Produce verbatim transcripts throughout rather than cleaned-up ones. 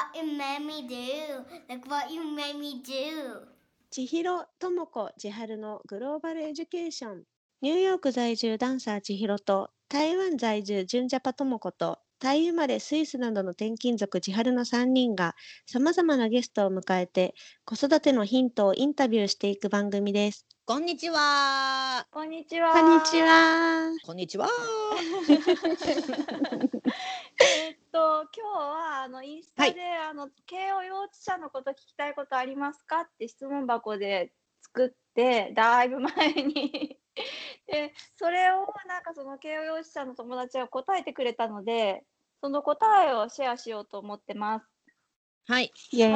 what you made me do. Look what you made me do. 千尋智子千春のグローバルエデュケーション。ニューヨーク在住ダンサー千尋と台湾在住純ジャパ智子とタイ生まれスイスなどの転勤族千春のさんにんがさまざまなゲストを迎えて子育てのヒントをインタビューしていく番組です。 こんにちは。 こんにちは。 こんにちは。 こんにちは。 えっと今日はあのインスタで、はい、あの慶応幼稚舎のこと聞きたいことありますかって質問箱で作ってだいぶ前にでそれをなんかその慶応幼稚舎の友達が答えてくれたのでその答えをシェアしようと思ってます。 はい。 イエーイ。 はい、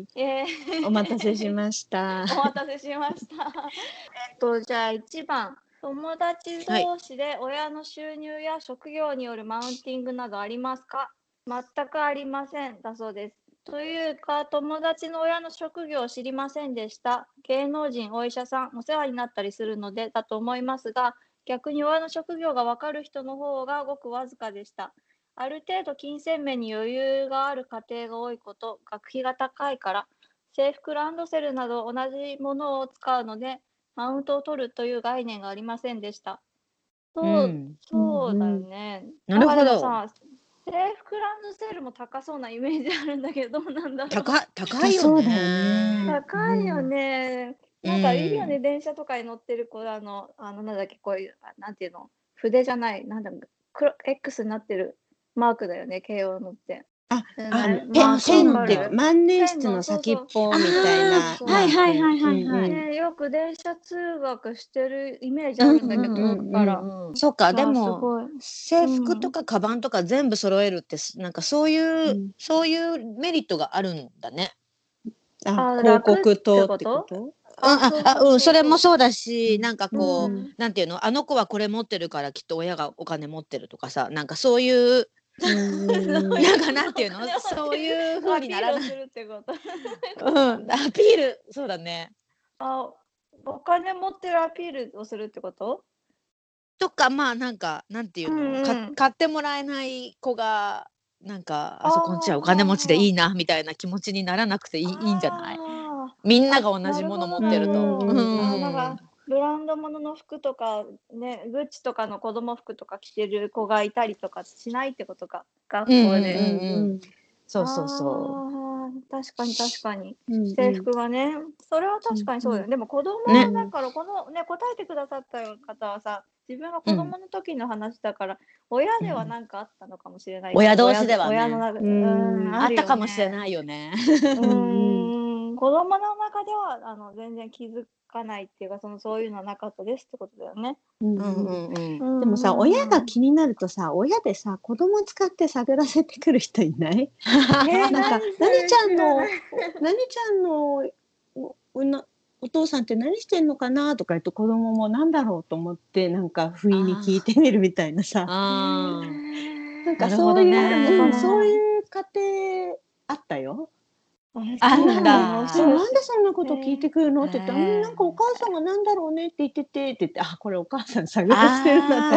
えー、お待たせしました。 お待たせしました。えっとじゃあいちばん。友達同士で親の収入や職業によるマウンティングなどありますか？全くありませんだそうです。というか友達の親の職業を知りませんでした。芸能人、お医者さん、お世話になったりするのでだと思いますが、逆に親の職業がわかる人の方がごくわずかでした。ある程度金銭面に余裕がある家庭が多いこと、学費が高いから、制服ランドセルなど同じものを使うので、マウントを取るという概念がありませんでした。そう、うん、そうだよね。 うん、なるほど。 さ、制服ランドセルも高そうなイメージあるんだけど、どうなんだろう。 高、高いよね。 高いよね。うん、なんかいいよね、電車とかに乗ってる子、あの、あのなんだっけ、こういう、なんていうの、筆じゃない、なんだろう、黒 X になってるマークだよね、慶応のって。 あ、あの、ペン、ペンって万年筆の先っぽみたいな。 はいはいはいはいはい。ね、よく電車通学してるイメージあるんだけど、だから。 そうか、でも制服とかカバンとか全部揃えるってなんかそういうそういうメリットがあるんだね。 あ、広告塔ってこと？ ああうん、それもそうだし、なんかこう、なんていうの、あの子はこれ持ってるからきっと親がお金持ってるとかさ、なんかそういうなんかなんていうのそういう風にならない。 するってこと。 うん、アピール、そうだね。 あ、お金持ってるアピールをするってこと？ とかまあなんかなんていうの、うんうん、か買ってもらえない子がなんかあそこんちはお金持ちでいいなみたいな気持ちにならなくていい、いいんじゃない？みんなが同じもの持ってると。 うんうん、なんかブランド物の服とかね、グッチとかの子供服とか着てる子がいたりとかしないってことか、学校で。うんうんうん、 そうそうそう。 確かに確かに、うんうん、制服がね、それは確かにそうだよ、うんうん、でも子供だからこの、ね、答えてくださった方はさ、自分が子供の時の話だから、うん、親では何かあったのかもしれない、 うん、親同士ではね、 親の中で、 うん、あったかもしれないよね。 うん子供の中ではあの全然気づかないっていうか、そのそういうのはなかったですってことだよね。 うんうんうん、でもさ、親が気になるとさ、親でさ子供使って探らせてくる人いない？なんか何ちゃんの何ちゃんのおなお父さんって何してんのかなとか言うと、子供もなんだろうと思ってなんか不意に聞いてみるみたいなさ、あなんかそういう、ねうん、そういう家庭あったよ。 あんだ。 なんでそんなこと聞いてくるのって言ったら、うん、なんかお母さんがなんだろうねって言っててって言って、あ、これお母さん探してるんだと。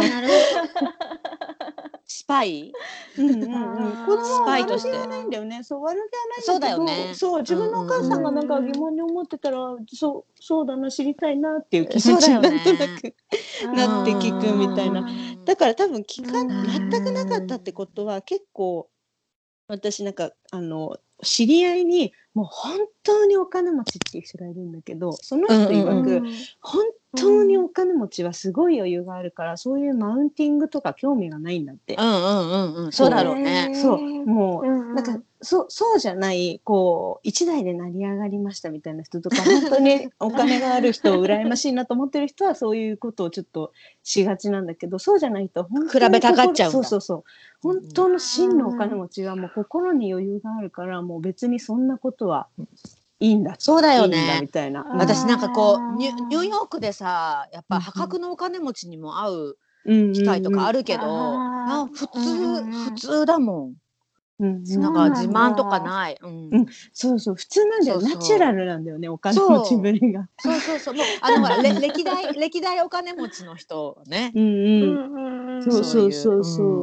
スパイ？ うんうんうん。子供は悪気はないんだよね。そう悪気はないんだけど、そうだよね。そう自分のお母さんがなんか疑問に思ってたら、そうそうだな知りたいなっていう気持ちになんとなくなって聞くみたいな。だから多分聞か全くなかったってことは結構私なんかあの。知り合いにもう本当にお金持ちっていう人がいるんだけど、その人曰く、うんうん、本当にお金持ちはすごい余裕があるから、そういうマウンティングとか興味がないんだって。 うんうんうんうん、そうだろうね。 そうもう、うんうん、なんかそそうじゃないこう一代で成り上がりましたみたいな人とか、本当にお金がある人を羨ましいなと思ってる人はそういうことをちょっとしがちなんだけど、そうじゃないと本当に比べたがっちゃうんだ。 そうそうそう。本当の真のお金持ちはもう心に余裕があるから、もう別にそんなことはいいんだ。 そうだよね。 いいんだみたいな。 私なんかこうニュ、ニューヨークでさ、やっぱ破格のお金持ちにも会う機会とかあるけど、うんうんうん、普通、うんうん、普通だもん。うん、なんか自慢とかない、うんうん、そうそう普通なんだよ。そうそうナチュラルなんだよね、お金持ちぶりが。 そうそうそうもうあの歴代歴代お金持ちの人ね。 うんうん。そうそうそうそう。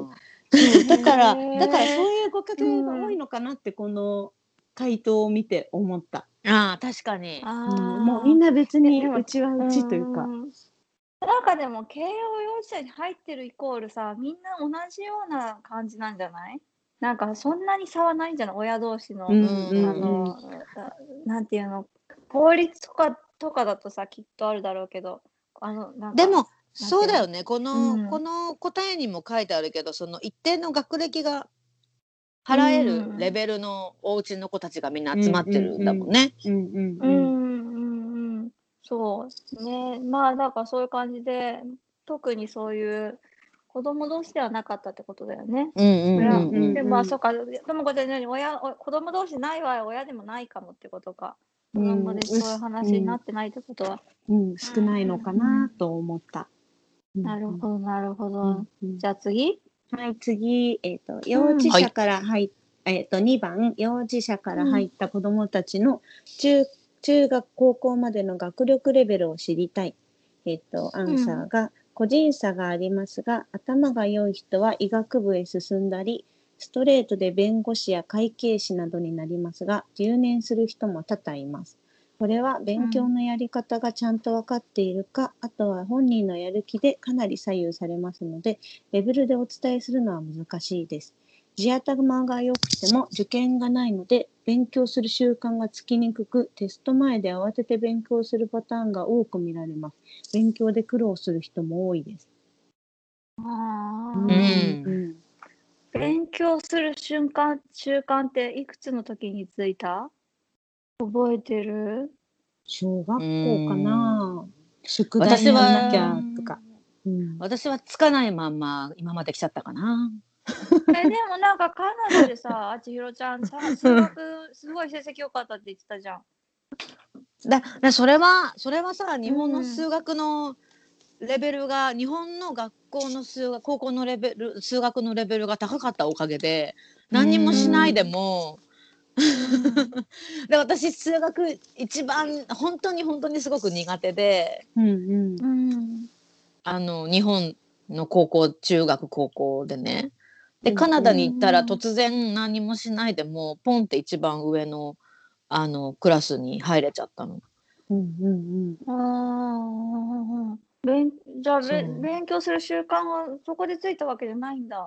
そうだからへーだからそういうご家庭が多いのかなってこの回答を見て思った。 ああ確かに。 あうん、もうみんな別にでもうちはうちというか。 んなんかでも慶応幼稚園に入ってるイコールさ、みんな同じような感じなんじゃない？なんかそんなに差はないんじゃない？親同士の、 うんうんあの、あなんていうの、公立とかとかだとさ、きっとあるだろうけど、あの、なんか、 でもなんていうのそうだよね。この、 うんこの答えにも書いてあるけど、その一定の学歴がう払えるんレベルのお家の子たちがみんなうん集まってるんだもんね。 うんうんううんんうんうん。そうね。まあだからそういう感じで、特にそういう子供同士ではなかったってことだよね。 うんうん親うんうん。 でもまあそうか、でもこれね、親お子供同士ないわ親でもないかもってことか。子供でそういう話になってないってことは。 うん、少ないのかなと思った。 なるほどなるほうどん。うんじゃあ次。 はい、次、えっ、と、幼稚舎から入っ、えっ、と、にばん、幼稚舎から入った子どもたちの中、中学、高校までの学力レベルを知りたい。えっ、と、アンサーが、個人差がありますが、頭が良い人は医学部へ進んだり、ストレートで弁護士や会計士などになりますが、留年する人も多々います。これは勉強のやり方がちゃんと分かっているか、あとは本人のやる気でかなり左右されますので、レベルでお伝えするのは難しいです。地頭が良くても受験がないので、勉強する習慣がつきにくく、テスト前で慌てて勉強するパターンが多く見られます。勉強で苦労する人も多いです。 あうーん。 勉強する瞬間習慣っていくつの時についた？覚えてる？ 小学校かな。宿題私はやんなきゃとか。うん私はつかないまんま今まで来ちゃったかな。 え、でもなんかカナダでさ、あちひろちゃんさ、数学すごい成績良かったって言ってたじゃん。 だだそれはそれはさ日本の数学のレベルが、日本の学校の数学高校のレベル数学のレベルが高かったおかげで何にもしないでも、で私数学一番本当に本当にすごく苦手で、 うんうんうん。 あの日本の高校中学高校でね、でうんカナダに行ったら突然何もしないでもポンって一番上のあのクラスに入れちゃったの。 うんうんうん。 ああ。勉じゃあべそう勉強する習慣はそこでついたわけじゃないんだ。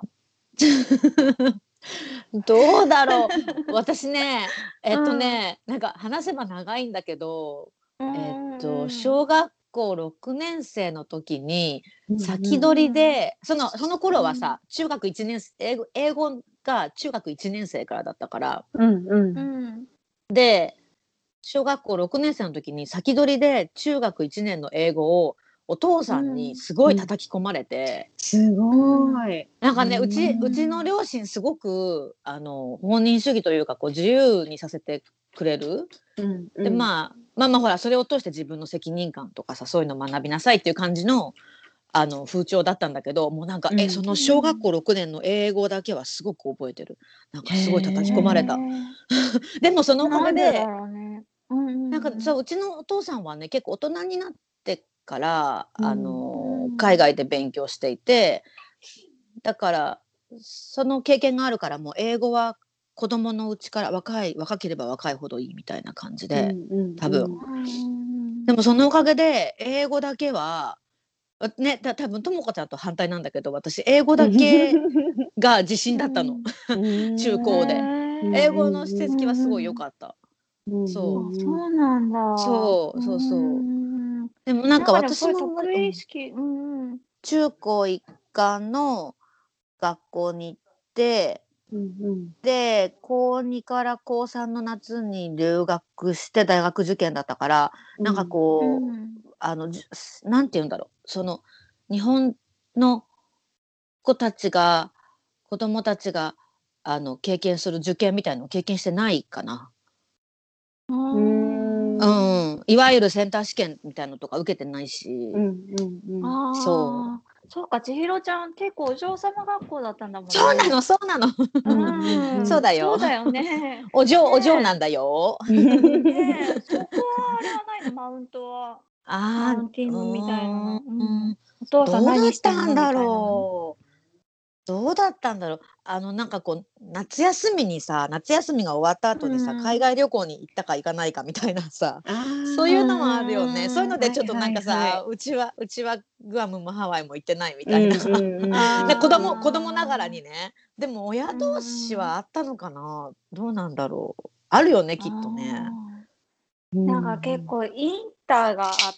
どうだろう私ねえっとね、なんか話せば長いんだけど、えっと小学校ろくねん生の時に先取りで、そのその頃はさ、中学いちねん英語英語が中学いちねん生からだったから、 うんうんうん。 で小学校ろくねん生の時に先取りで中学いちねんの英語をお父さんにすごい叩き込まれて、 すごい。 なんかね、うちうちの両親すごくあの放任主義というかこう自由にさせてくれる。 うんうん、 でまあまあまあほらそれを通して自分の責任感とかさそういうのを学びなさいっていう感じのあの風潮だったんだけど、もうなんか、 うん、 えその小学校ろくねんの英語だけはすごく覚えてる。なんかすごい叩き込まれた。でもそのおかげで、なんかそううちのお父さんはね結構大人になってからあの、うん、海外で勉強していて、だからその経験があるからもう英語は子供のうちから若い若ければ若いほどいいみたいな感じで、うんうんうん、多分、うん、でもそのおかげで英語だけはね、た多分ともこちゃんと反対なんだけど私英語だけが自信だったの中高で英語の成績はすごい良かった。そう、 そうなんだ。 そうそうそう。でもなんか私も得意意識、うんうん、 中高一貫の学校に行って、うんうん、で高にから高さんの夏に留学して大学受験だったから、うん、なんかこう、うん、あのなんて言うんだろう、その日本の子たちが子供たちがあの経験する受験みたいなのを経験してないかな。うんうん、いわゆるセンター試験みたいなのとか受けてないし、うんうんうん、そう。 そうか、千尋ちゃん結構お嬢様学校だったんだもんね。 そうなのそうなの。うん、そうだよ。 そうだよね。 お嬢、ね、お嬢なんだよ。 ねえ、そこはあれはないのマウントは。 あマウンティングみたいなの。うん、お父さん何してんのみたいなの。 どうだったんだろう。あのなんかこう夏休みにさ、夏休みが終わった後にさ、 うん海外旅行に行ったか行かないかみたいなさ、 あそういうのもあるよね。そういうのーでちょっとなんかさ、 はいはいはうちはうちはグアムもハワイも行ってないみうんうんたいな。 うんうんで子供あ子供ながらにね。でも親ー同士はあったのかな。どうなんだろう。あるよねきっとね。 あうんーなんか結構インターがあって、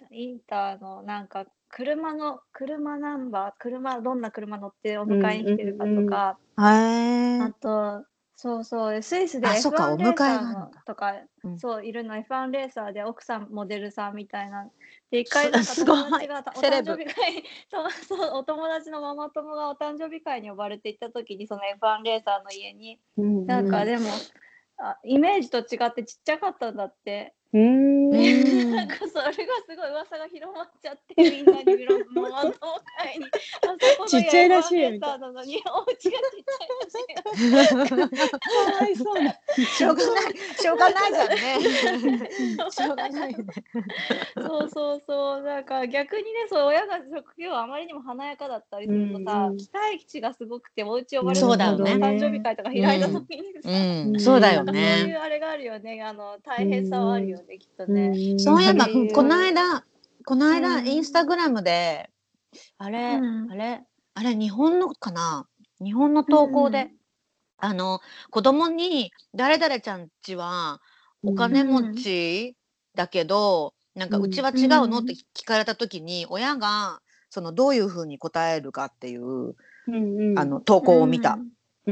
インターのなんか車の車ナンバー、車どんな車乗ってお迎えに来てるかとか、あへえ。 と、そうそう、スイスであ、そっか、おエフワン レー迎えサーがあるんだ。 のとか、 うん。 そう、いるの、エフワン レーサーで奥さんモデルさんみたいな。で、一す回なんかすご友達い。 がたおセレブ。 誕生日会に、そうそう、お友達のママ友がお誕生日会に呼ばれて行った時に、その エフワン レーサーの家に、 うんなんうん。 かでも、あ、イメージと違ってちっちゃかったんだって。 うーんうで、 ーん。 なんかそれがすごい噂が広まっちゃって、みんなにみろママ友会に、あそこの家ちっちゃいらエフワン レーしいよみたいサーなのに、お家がちっちゃいらしいよ。 な。かわいそうな。 しょうがない、しょうがないじゃんね。しょうがないね。 そうそうそう、なんか逆にね、そう親が職業あまりにも華やかだったりうするとさ、 んうん。 期待値がすごくて、お家呼ばれなるほどそうだよね。 誕生日ね。 会とかう開いたん。 時にうさ、 ん、そうだよなんかそういね。 うあれがあるよね、あの大う変さはあるんよね、きっとうね。 ん。 そういえば、 ってうんこのいう。 間、このう間インスタん。 グラムで、あうれ、 ん。 あれ、あれ日本のかな、日本のうんう投稿で、あの子供に誰々ちゃんちはおうん金持ん。 ちだけど、なんかうちはう違うのってん。 聞かれた時に、親がそのどういう風に答えるかっていうあうんの投う稿を見た。 ん。 うん。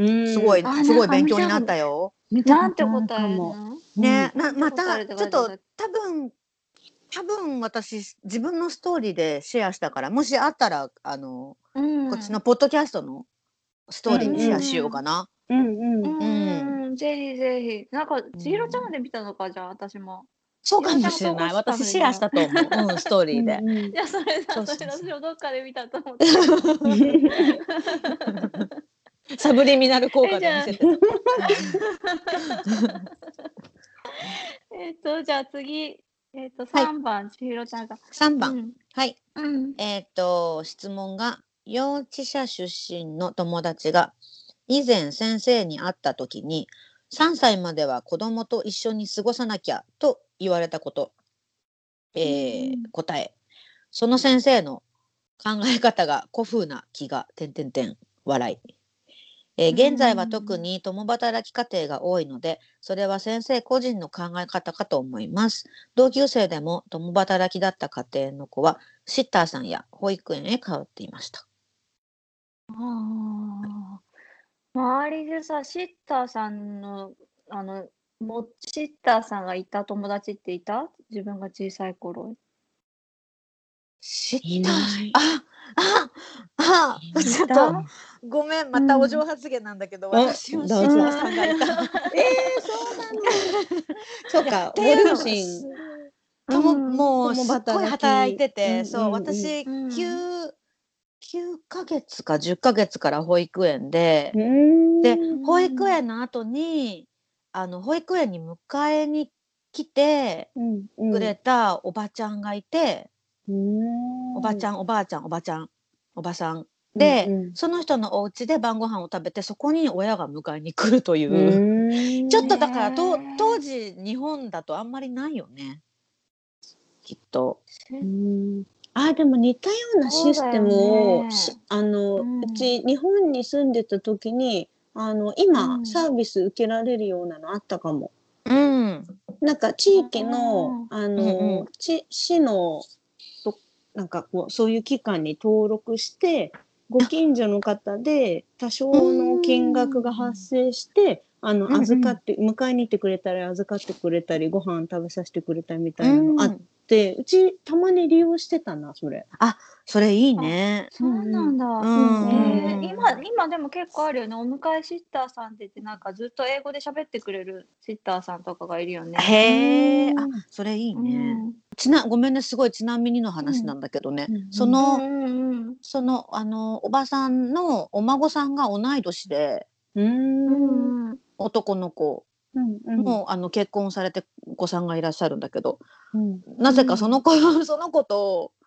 すごいあ、なんすごい勉強になか見たこと、 ったよ。 見たなんてことある答えるかも。 の？ うん。 ね、ななんてまた答えるってちょっと書いてあった？ 多分多分私自分のストーリーでシェアしたから、もしあったらあのうこっちん。 のポッドキャストのスうトーリーにシェアんしよううんうん。 かな。 うんううん。 うん。 んうん、ぜひぜひ。なんか、 う千尋ちゃんまん。 で見たのか、じゃあ、私も。 そうか千尋ちゃんがもしれない。 投稿してた私シェアしので見よう。 たと思う。うん、ストーうリーで。 んうん。 いや、それだ、それだ、 そうそうそう。 私もどっかで見たと思ったけど。 サブリミナル効え、 果じゃあ、 で見せてた。 えっと、じゃあ次、えっと、 はい、 さんばん、千尋ちゃんが。 さんばん。 うん。 はい。 うん。 えっと、質問が、幼稚舎出身の友達が、以前先生に会った時に、さんさいまでは子供と一緒に過ごさなきゃと言われたこと。えうんうーん。 答え。その先生の考え方が古風な気が、てんてんてん、笑い。えーう現在は特ん。 に共働き家庭が多いので、それは先生個人の考え方かと思います。同級生でも共働きだった家庭の子は、シッターさんや保育園へ通っていました。 ああ。周りでさ、シッターさんの、あの、もシッターさんがいた友達っていた？自分が小さい頃。 シッいターさん、 ない。 あ、あ、あ、 いちょっと、 た？ ごめん、またおうん。 嬢発言なんだけど、 あ、 私はシッターどうぞ。 さんがいた。っええ、そうなの。そういや、 か、ご両ていうのも、す親、 うとも、 ん。 もう共すっごい働い働き。 てて、 うんそう、 うん私、 うん。 9、きゅうかげつかじゅっかげつから保育園で、 うで、 ん。うーん。 う保育ん。 園の後に、あの、保育園に迎えに来てうんうくん。 れたおばちゃんがいて、 うーん。 おばちゃん、おばあちゃん、おばちゃん、おばさん。で、 うんうん。 その人のお家で晩ご飯を食べて、そこに親が迎えに来るという、ちょっうーん。 とだから、と当へえ。 時日本だとあんまりないよね、きっと。 うーせん。あ、でも似たようなシステそうだよムを、しね。 あの、 ううん。 ち日本に住んでた時に、あの、 う今ん。 サービス受けられるようなのあったかも。 うん。 なんかあ地域の、 あ。 あうんうの、 ん。 ち市のとなんかこう、そういう機関に登録して、ご近所の方で多う少の金額が発ん。 生して、あの、 うんうん。 預かって迎えに行ってくれたり預かってくれたり、ご飯食べさせてくれたりみたういなのあっん。 て、うちたまに利用してたな、それ。 あ、それいいあ、 ね。 うそうなんうん。 んだ。 ううんえうん。 え、今ん。 今でも結構あるよね。お迎えシッターさんって言って、なんかずっと英語で喋ってくれるシッターさんとかがいるよね。 うへえ、あ、 ーん。 それいいうね。 ん。 ちなごめんね、すごいちなみにのうん。 話なんだけどね、 うんうん。 うそのんうんうん。 その、あの、おばさんのお孫さんが同い年で、 うーうん。 んうん。 男の子、 うんうん。 もう、あの、結婚されてお子さんがいらっしゃるんだけど、 うん。 なぜかそうん。 の子その子と、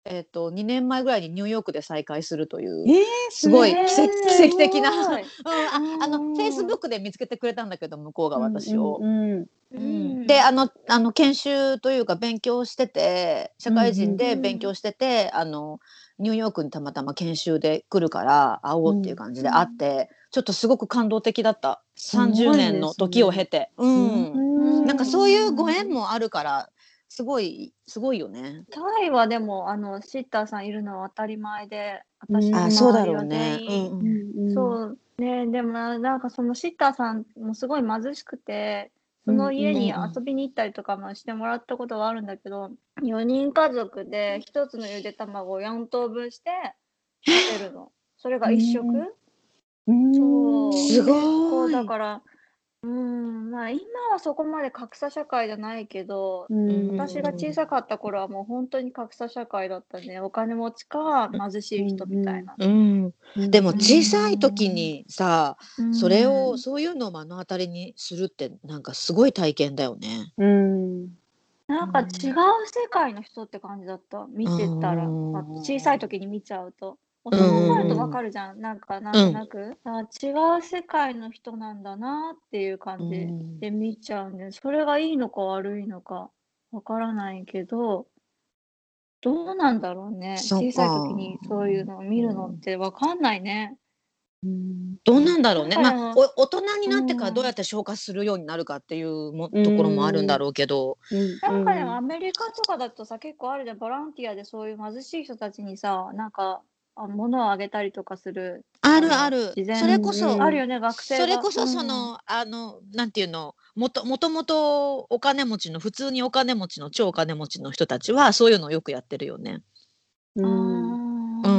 えー、とにねんまえぐらいにニューヨークで再会するという、 えー、 すごい奇跡、 えー奇跡的な、 すごいうん、ああのフェイスブックで見つけてくれたんだけど向こうが私を。 うんうんううん、 んであのあの研修というか勉強してて社会人うんで勉強してて、あのニューヨークにたまたま研修で来るから会おうっていう感じで会って、ちょっとすごく感動的だった。 す 30 ごいですね年の時を経て、ううんんなんかそういうご縁もあるからすごいすごいよね。 タイはでもあのシッターさんいるのは当たり前で、 うん私のあ、そうだ周りはろうね。 全員、 うんううんんそうね、でもな、なんかそのシッターさんもすごい貧しくて、その家にうんうん遊びに行ったりとかもしてもらったことはあるんだけど、よにん家族でひとつのゆで卵をよん等分して食べるの。それがいっ食、 うんそう、 す結構ごい。 だから、うーん、まあ今はそこまで格差社会じゃないけど、 うん私が小さかった頃はもう本当に格差社会だったね。お金持ちか貧しい人みたいな。 うん、でも小さい時にさ、 うそれをん。 そういうのを目の当たりにするってなんかすごい体験だよね。 うんなんか違う世界の人って感じだった。見てたら、あ、小さい時に見ちゃうと。大人になるとわかるじゃん。なんかなんとなく、あ、違う世界の人なんだなっていう感じで見ちゃうんで、それがいいのか悪いのかわからないけど、どうなんだろうね。 そっ小さい時か。 にそういうのを見るのってわかんないね。 どうなんだろうね。まあ、 なんかでも、 お大人になってからどうやって消化するようになるかっていうもところもあるんだろうけど。 なんかでもアメリカとかだとさ、結構あるじゃん。ボランティアでそういう貧しい人たちにさ、なんか、あ、物をあげたりとかする、 ああの、 るある。 自それ然こそ、 あるよね、学生が。 それこそそうん。 の、あの、なんていうの、もともともとお金持ちの、普通にお金持ちの超お金持ちの人たちはそういうのをよくやってるよね。 あうん。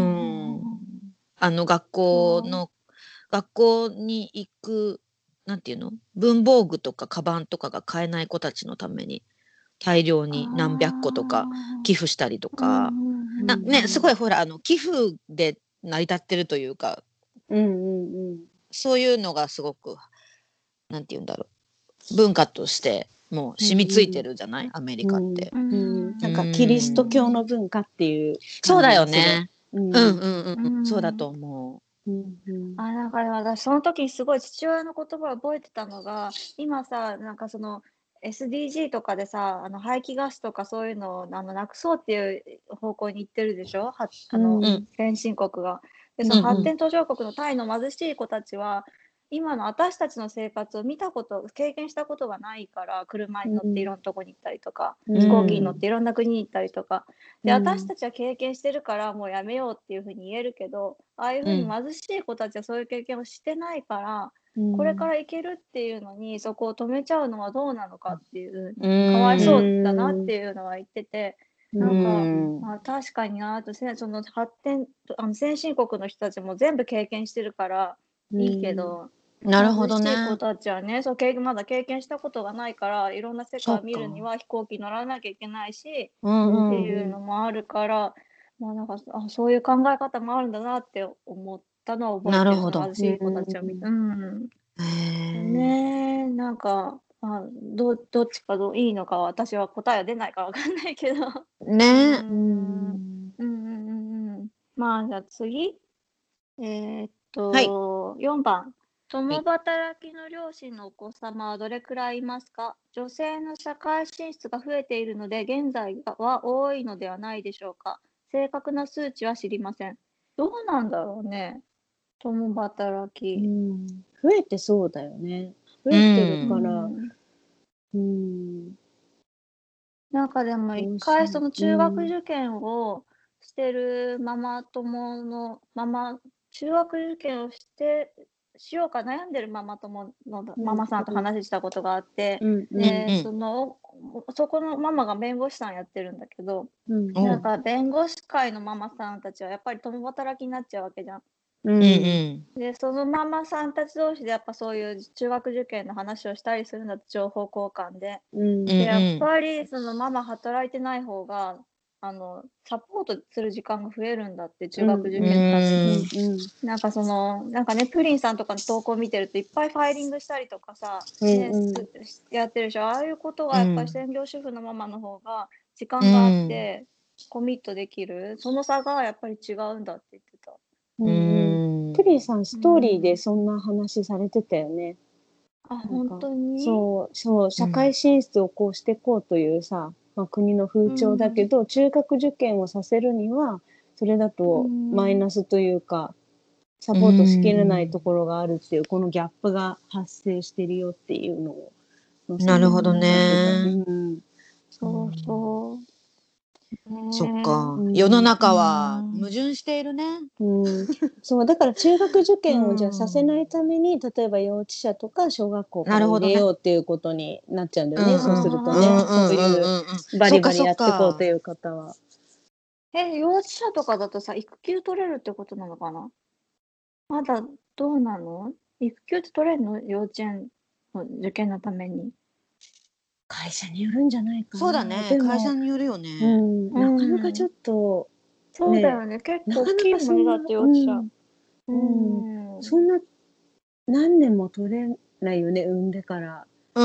あ。 あの学校そう。 の学校に行く、なんていうの、文房具とかカバンとかが買えない子たちのために大量あに何百個とかあ。 寄付したりとうんか、 うんなね、すうんうん。 ごいほらあの寄付で成り立ってるというか、そういうのがすごく、なんていうんだろう、文化としてもう染みついてるじゃない、アメリカって。 うん。 なんかキリスト教の文化っていうそうだよ感じがする。 ね。うんうんうんうん、 うん。 そうだと思あ、なんか私その時にすごい父親の言葉を覚えてたのが、今さ、なんかその エスディージー とかでさ、あの排気ガスとかそういうのをあのなくそうっていう方向に行ってるでしょ、はあの、 うん先進国が。で、 うんその発うん展途上国のタイの貧しい子たちは、今の私たちの生活を見たこと、経験したことがないから、車に乗っていろんなとこに行ったりとか、 うん飛行機に乗っていろんな国に行ったりとか。で、 うん私たちは経験してるからもうやめようっていう風に言えるけど、ああいう風に貧しい子たちはそういう経験をしてないから、これから行けるっていうのに、そこを止めちゃうのはどうなのかっていう、 うん、 かわいそうだなっていうのは言ってて、なんか、 うんまあ、確かになあと、せその発展あの先進国の人たちも全部経験してるからいいけど、 なるほど貧しい子ね。 たちはね、そう経験まだ経験したことがないから、いろんな世界をそっか。 見るには飛行機乗らなきゃいけないし、 うんうん。 っていうのもあるから、まあ、なんか、あ、そういう考え方もあるんだなって思ったのは覚えてる。 なるほど。 その貧しい子たちを見て。うん。 へえ。 ねえ、なんか、まあ、どどっちかどいいのかは私は答えは出ないからわかんないけど。うね。 ーん。うんうんうんうん。まあ、じゃあ次。えーっはい。 と、よんばん。 は共い。 働きの両親のお子様はどれくらいいますか？女性の社会進出が増えているので、現在は多いのではないでしょうか？正確な数値は知りません。どうなんだろうね。共働き。 増えてそうだよね。増うえてるん。 から、 うんうん、 なんかでも一両親、 回その中学うん、 受験をしてるママ友のママ中学受験をしてしようか悩んでるママ友のママさんと話したことがあって、 うん、うん、 で、 うんそのそこのママが弁護士さんやってるんだけど、 うん、 おなんか弁護士会のママさんたちはやっぱり共働きになっちゃうわけじゃん。 う、 うんんで、そのママさんたち同士でやっぱそういう中学受験の話をしたりするんだって、情報交換で。 うん、 うん。 で、やっうんぱりそのママ働いてない方が、あの、サポートする時間が増えるんだって、中学受う験のために。 ん。 うん、 なんかその、なんかね、プリンさんとかの投稿見てるといっぱいファイリングしたりとかさ、ね、 うん、 すやってるでしょ。ああいうことがやっぱりうん。 専業主婦のママの方が時間があって、 コミットできる、その差がやっぱり違うんだって言ってた。 うんうん、クリーさんストーリーでそんな話されてたよね。 あ、本当に？ そうそう社会進出をこうしていこうというさ、まあ、国の風潮だけど、うん、中学受験をさせるにはそれだとマイナスというか、サポートしきれないところがあるっていう、このギャップが発生してるよっていうのをなるほどね、 うん、 そうそう、 そっか、うん、世の中は矛盾しているね、 うん、そうだから中学受験をじゃあさせないために、例えば幼稚舎とか小学校から入れようっていうことになっちゃうんだよね、そうするとね、そういうバリバリやっていこうという方は。 え、幼稚舎とかだとさ、育休取れるってことなのかな？まだどうなの？育休って取れるの？幼稚園の受験のために。 会社によるんじゃないかな。 そうだね、会社によるよね、 うん、なかなかちょっと、 ね、そうだよね、結構大きいもんね、だって幼稚舎、 うん、うん、そんな何年も取れないよね、産んでから。 うん。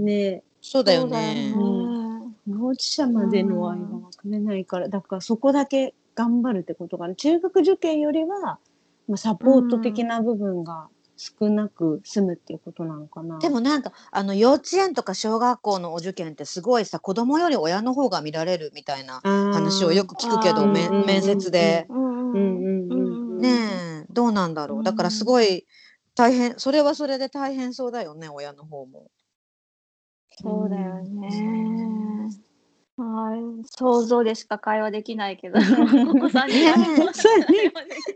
ね、 そうだよね。 うん、幼稚舎までの間はくれないから、だからそこだけ頑張るってことかな。中学受験よりは、まあ、サポート的な部分が少なく済むっていうことなのかな。 でもなんかあの幼稚園とか小学校のお受験ってすごいさ、子供より親の方が見られるみたいな話をよく聞くけど、面接で。ねえ、どうなんだろう。だからすごい大変、それはそれで大変そうだよね、親の方も。 そうだよね。はい、想像でしか会話できないけど、ここさんにんはそうね。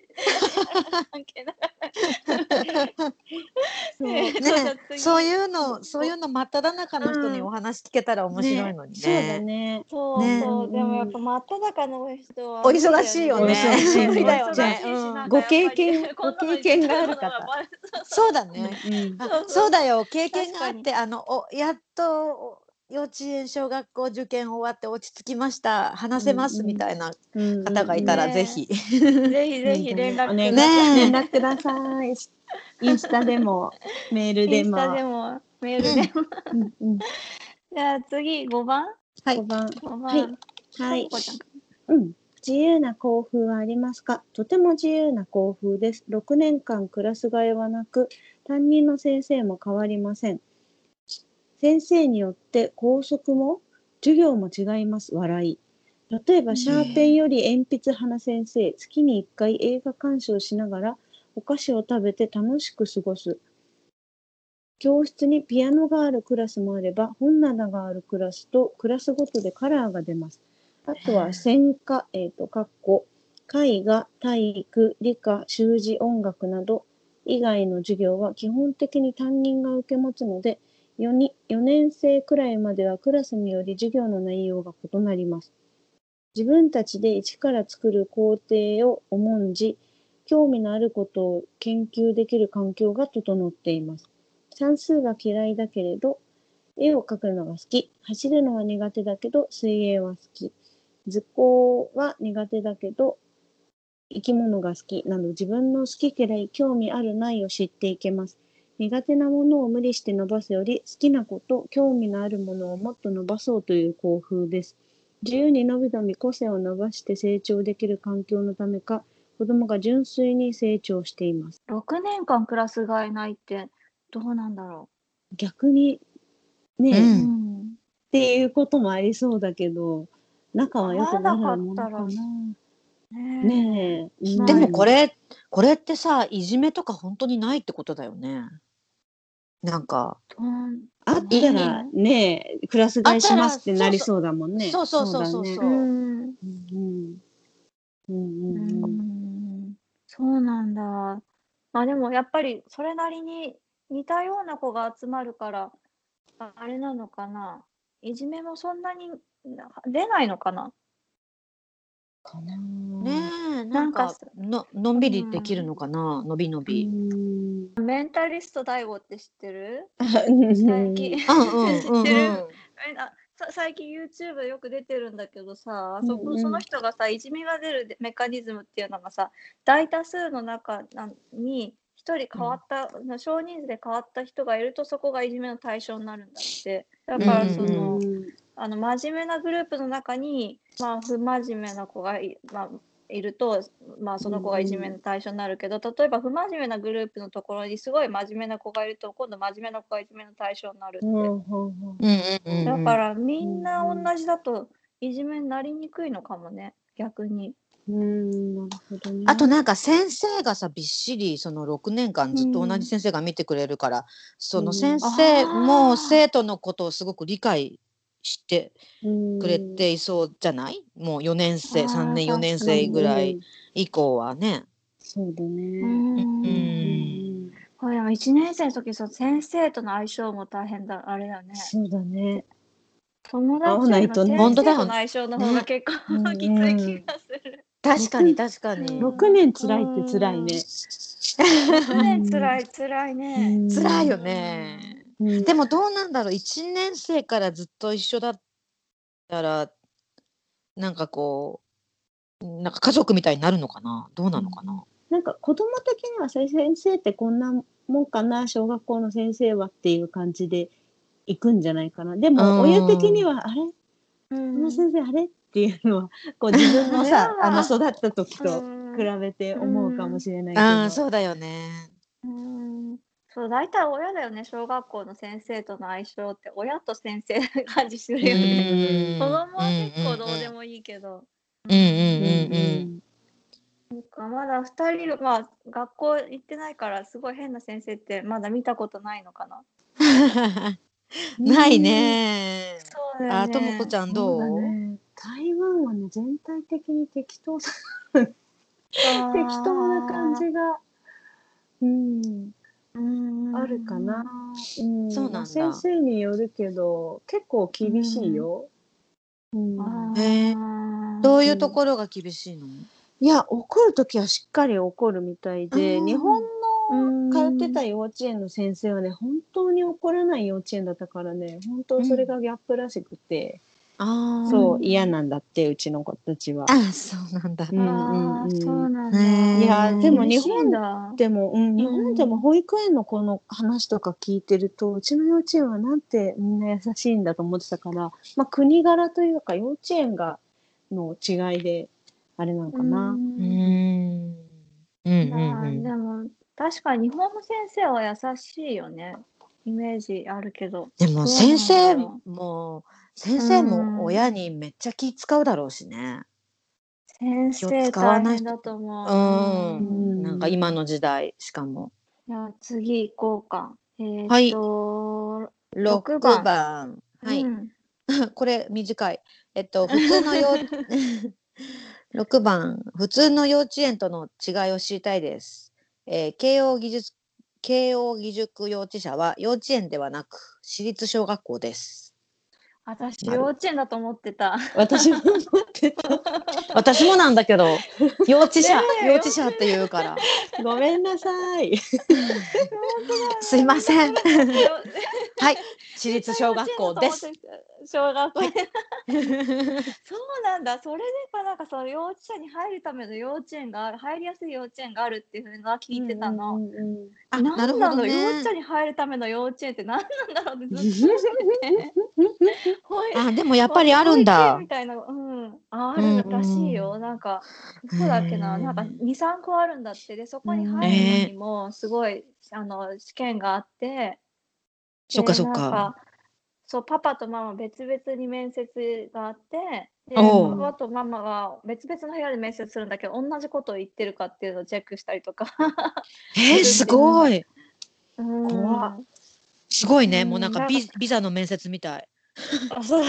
そういうの、そういうの真っ只中の人にお話聞けたら面白いのにね。 そうだね。 そうそう、でもやっぱ真っ只中の人はお忙しいよね。無理だよね。 ご経験、ご経験がある方。 そうだね。そうだよ、経験があって、あの、お、やっと。幼稚園小学校受験終わって落ち着きました、話せますみたいな方がいたらぜひぜひぜひ連絡ください。連絡ください。インスタでもメールでも。 インスタでもメールでも。じゃあ次ごばん。 はい。ごばん。 はい。 はい。うん。自由な校風はありますか？とても自由な校風です。ろくねんかんクラス替えはなく、担任の先生も変わりません。先生によって校則も授業も違います。笑い。例えばシャーペンより鉛筆派な先生、月にいっかい映画鑑賞しながらお菓子を食べて楽しく過ごす。教室にピアノがあるクラスもあれば本棚があるクラスとクラスごとでカラーが出ます。あとは専科、えっと、かっこ絵画、体育、理科、習字、音楽など以外の授業は基本的に担任が受け持つので、よによねん生くらいまではクラスにより授業の内容が異なります。自分たちで一から作る工程を重んじ、興味のあることを研究できる環境が整っています。算数は嫌いだけれど、絵を描くのが好き。走るのは苦手だけど、水泳は好き。図工は苦手だけど、生き物が好きなど自分の好き嫌い、興味あるないを知っていけます。苦手なものを無理して伸ばすより、好きなこと、興味のあるものをもっと伸ばそうという校風です。自由にのびのび個性を伸ばして成長できる環境のためか、子供が純粋に成長しています。 ろくねんかんクラス替えないってどうなんだろう。逆にね、 うん、 っていうこともありそうだけど、仲は良くなるものかな。 ねえ、うん、でもこれこれってさ、いじめとか本当にないってことだよね。なんか、 うん、あったらね、クラス替えしますってなりそうだもんね。 そうそうそうそうそう。 うんうん。そうなんだ。まあでもやっぱりそれなりに似たような子が集まるから、あれなのかな。いじめもそんなに出ないのかな。 かなねえ、なんかののんびりできるのかな、うん、のびのび。 メンタリスト大悟って知ってる？最近知ってる？最近 YouTube よく出てるんだけどさ、そこその人がさ、いじめが出るメカニズムっていうのがさ、大多数の中にひとり変わった、うん、少人数で変わった人がいるとそこがいじめの対象になるんだって。 だからその、あの真面目なグループの中に、まあ、不真面目な子がい、まあ、いると、まあ、その子がいじめの対象になるけど、例えば不真面目なグループのところにすごい真面目な子がいると、今度真面目な子がいじめの対象になるって。だからみんな同じだといじめになりにくいのかもね、逆に。 うんなるほどね、 あとなんか先生がさびっしりそのろくねんかんずっと同じ先生が見てくれるから、うん、その先生も生徒のことをすごく理解してくれていそうじゃない？もうよねん生さんねんよねん生ぐらい以降はね。 そうだね。 うんうんこれでもいちねん生の時そう先生との相性も大変だあれだね。 そうだね。 友達よりも先生との相性の方が結構きつい気がする。 確かに確かに。 ろくねん辛いって辛いね。 ろくねん辛い辛いね。 辛いよね。でもどうなんだろう、いちねん生からずっと一緒だったらなんかこうなんか家族みたいになるのかな、どうなのかな。うん、 なんか子供的には先生ってこんなもんかな、小学校の先生はっていう感じで行くんじゃないかな。でも親的にはあれ、この先生あれっていうのはこう自分のさあの育った時と比べて思うかもしれないけど。 ああそうだよね。 うんそう大体親だよね。小学校の先生との相性って親と先生な感じするよね。子供は結構どうでもいいけど。 うんうんうんうん。 なんかまだふたりまあ学校行ってないからすごい変な先生ってまだ見たことないのかな。 ないね。 そうだよね。 あ、ともこちゃんどう？ ね、台湾はね全体的に適当適当な感じが、うん、うんあるかな。うん、そうなんだ。先生によるけど結構厳しいよ。 うん、へえ。どういうところが厳しいの？ いや怒るときはしっかり怒るみたいで、日本の通ってた幼稚園の先生はね本当に怒らない幼稚園だったからね、本当それがギャップらしくて、うん、そう嫌なんだってうちの子たちは。 あ、そうなんだ。 うんうんうん、そうなんだ。 いやでも日本でも、うん、日本でも保育園の子の話とか聞いてると、うちの幼稚園はなんてみんな優しいんだと思ってたから、まあ国柄というか幼稚園がの違いで。あれなのかな。うん。 うんうん。でも確かに日本の先生は優しいよね。イメージあるけど。 でも先生も先生も親にめっちゃ気使うだろうしね。 先生大変だと思う。 うん。なんか今の時代しかも。 じゃあ次行こうか。えー、っと、はい、 ろくばん。はい。うん、これ短い。えっと普通の幼ろくばん、普通の幼稚園との違いを知りたいです。えー、慶応義塾慶応義塾幼稚舎は幼稚園ではなく私立小学校です。 私幼稚園だと思ってた。 私も思ってた。 私もなんだけど、幼稚舎、幼稚舎って言うから。 ごめんなさい。 すいません。はい、私立小学校です。 小学校。はい、そうなんだ。それでかなんかその幼稚舎に入るための幼稚園がある、入りやすい幼稚園があるっていうのは聞いてたの。うんうんうん、あ、なるほどね。幼稚舎に入るための幼稚園って何なんだろうってずっと思ってて。 あ、でもやっぱりあるんだ。 みたいな、うん、あるらしいよ。なんかそうだっけな、なんかに、さんこあるんだって。でそこに入るのにもすごいあの試験があって。 そっかそっか。 そうパパとママ別々に面接があって、でパパとママが別々の部屋で面接するんだけど同じことを言ってるかっていうのをチェックしたりとか。 えー、すごい。 怖っ。 すごいね。もうなんかビビザの面接みたい。 あ、そう。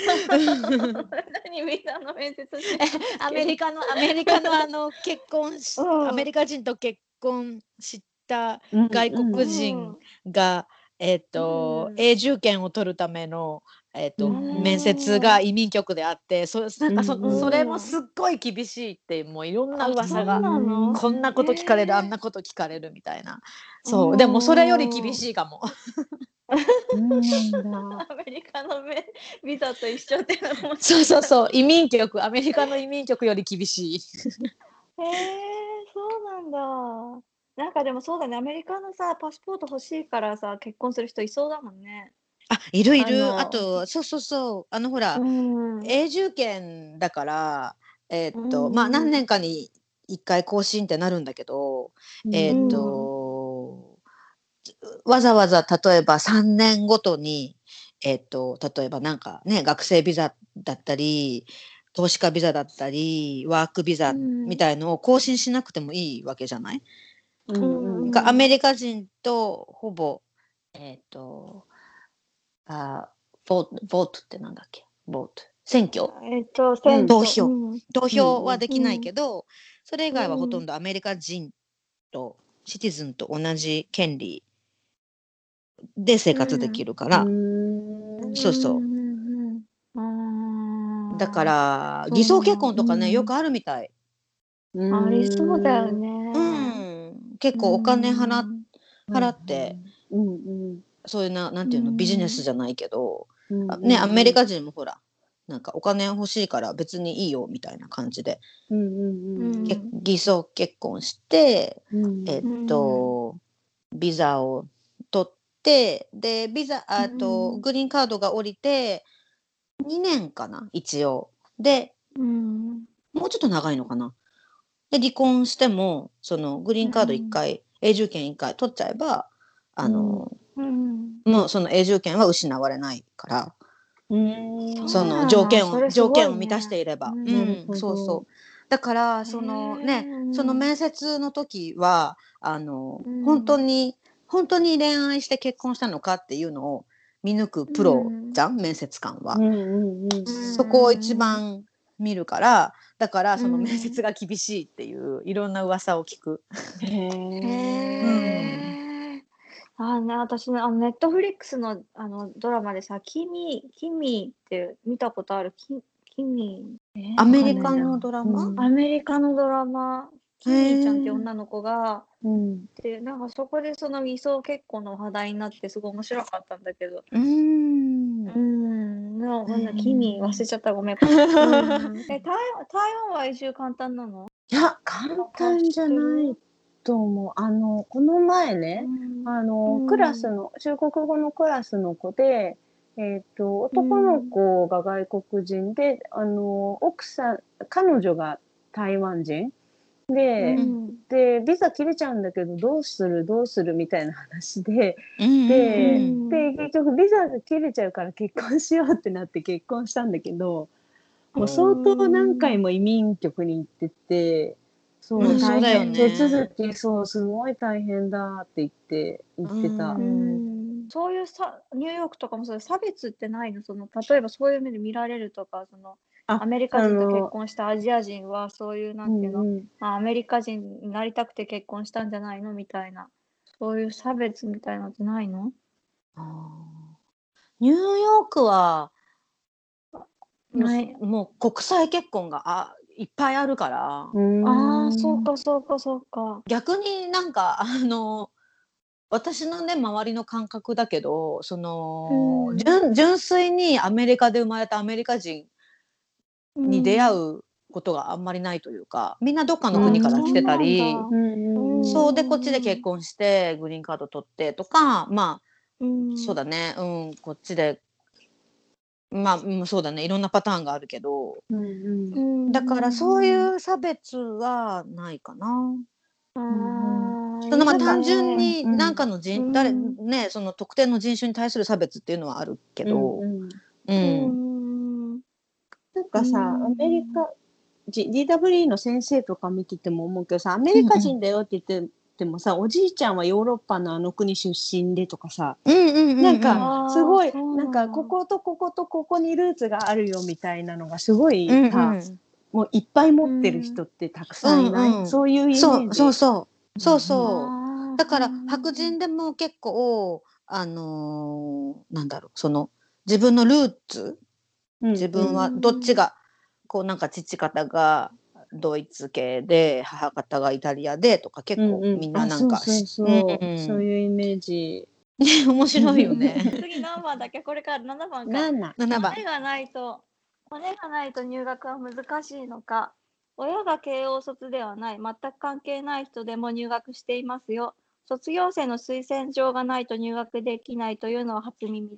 何ビザの面接アメリカのアメリカのあの結婚し、うん、アメリカ人と結婚した外国人が、うん、えっ、ー、と、うん、永住権を取るためのえっ、ー、と、うん、面接が移民局であって、そなんか そ,、うん、それもすっごい厳しいってもういろんな噂が、こんなこと聞かれる、あんなこと聞かれるみたいな。そうでもそれより厳しいかも。 そうなんだ。 アメリカのビザと一緒っていうのもそうそうそう移民局アメリカの移民局より厳しい。 へえそうなんだ。なんかでもそうだねアメリカのさパスポート欲しいからさ結婚する人いそうだもんね。 あ、いるいる。 あのあと、そうそうそう。あのほら、 うん永住権だから、えーっと、 うんまあ何年かに一回更新ってなるんだけど、えーっと、わざわざ例えばさんねんごとに、えーっと、例えばなんかね、学生ビザだったり、投資家ビザだったり、ワークビザみたいのを更新しなくてもいいわけじゃない？ うんうんがアメリカ人とほぼ、えっ、と、あ、ボート、ボートってなんだっけ？ボート。選挙？ えっと、選挙。 投票。 うん投票はできないうんけど、それ以外はほとんどアメリカ人と、シティズンと同じ権利で生活できるかうら、 んそうそう。 うんうんうんだかあら、 ー偽装結婚とかね、 うんよくあるみたい。 ありそうだよね。 うん。結構お金払っ払って、 うんうんそういうな、なんていうの、ビジネスじゃないけど、 うんあね、アメリカ人もほら、なんかお金欲しいから別にいいよみたいな感じで、 うんうんうんけ偽装結婚して、 うんえっと、ビザを取って、で、ビザ、あと、グリーンカードが降りて、にねんかな、一応。で、 うんもうちょっと長いのかな。で、離婚しても、そのグリーンカードいっかい、永住権いっかい取っちゃえば、あの、 うんもうその永住権は失われないから、 うんそのそうなんだ条件を、 それす条ごいね件を満たしていれば。 うんうん、 なるほどそうそう。だから、そのね、その面接の時は、あの、 うん本当に、本当に恋愛して結婚したのかっていうのを見抜くプロじゃん、面接官は。 うんうんうんそこを一番見るから、だからそのうん面接が厳しいっていういろんな噂を聞く。 へへえ。 え。あーね、私ね、あの、ネットフリックスの、あの、ドラマでさ、キミ、キミって見たことある？キ、キミ。 アメリカのドラマ？ アメリカのドラマ、キミーちゃんっていう女の子が、 うんで、なんかそこでその偽装結婚の話題になってすごい面白かったんだけど。 うーん。 うーん、な、なんだ、キミ忘れちゃった、ごめん。うんえ、台湾、台湾は移住簡単なの？ いや、簡単じゃないと思う。あの、この前ね、あの、クラスの、中国語のクラスの子で、えっと、男の子が外国人で、あの、奥さん、彼女が台湾人で、で、ビザ切れちゃうんだけど、どうするどうするみたいな話で、で、で、結局ビザが切れちゃうから結婚しようってなって結婚したんだけど、もう相当何回も移民局に行ってて、そう、大変、手続き、そう、すごい大変だって言って、言ってた。 そういうさ、ニューヨークとかもそういう差別ってないの？その、例えばそういう目で見られるとか、その、アメリカ人と結婚したアジア人はそういう、なんていうの、うんうん、まあ、アメリカ人になりたくて結婚したんじゃないのみたいな、そういう差別みたいなのってないの？ あニューヨークは、 ないもう国際結婚があいっぱいあるから。 ああ、そうかそうかそうか。 逆になんか、あの、私のね、周りの感覚だけど、その、うん、純、純粋にアメリカで生まれたアメリカ人に出会うことがあんまりないというか、みんなどっかの国から来てたり、うん、そうでこっちで結婚してグリーンカード取ってとか、まあ、うん、そうだね、うん、こっちでまあ、うん、そうだね、いろんなパターンがあるけど、うんうん、だからそういう差別はないかな。うんうん、そのまあ単純に何かの人、うん、誰ね、その特定の人種に対する差別っていうのはあるけど、うんうん、 なんかさ、アメリカ ディーダブリュー の先生とか見てても思うけどさ、アメリカ人だよって言ってでもさ、おじいちゃんはヨーロッパのあの国出身でとかさ、なんかすごいなんかこことこことここにルーツがあるよみたいなのがすごいさ、うんうん、もういっぱい持ってる人ってたくさんいない、うんうん、そういうイメージ。 そうそうそうそうそう、うん、だから白人でも結構あのー、なんだろう、その自分のルーツ、自分はどっちがこうなんか父方がドイツ系で母方がイタリアでとか結構みんななんか、 そうそうそう、うん、そういうイメージ面白いよね。 次何番だっけ？これからななばんか。 ななばん。 骨がないと骨がないと入学は難しいのか。親が慶応卒ではない、全く関係ない人でも入学していますよ。卒業生の推薦状がないと入学できないというのは初耳です。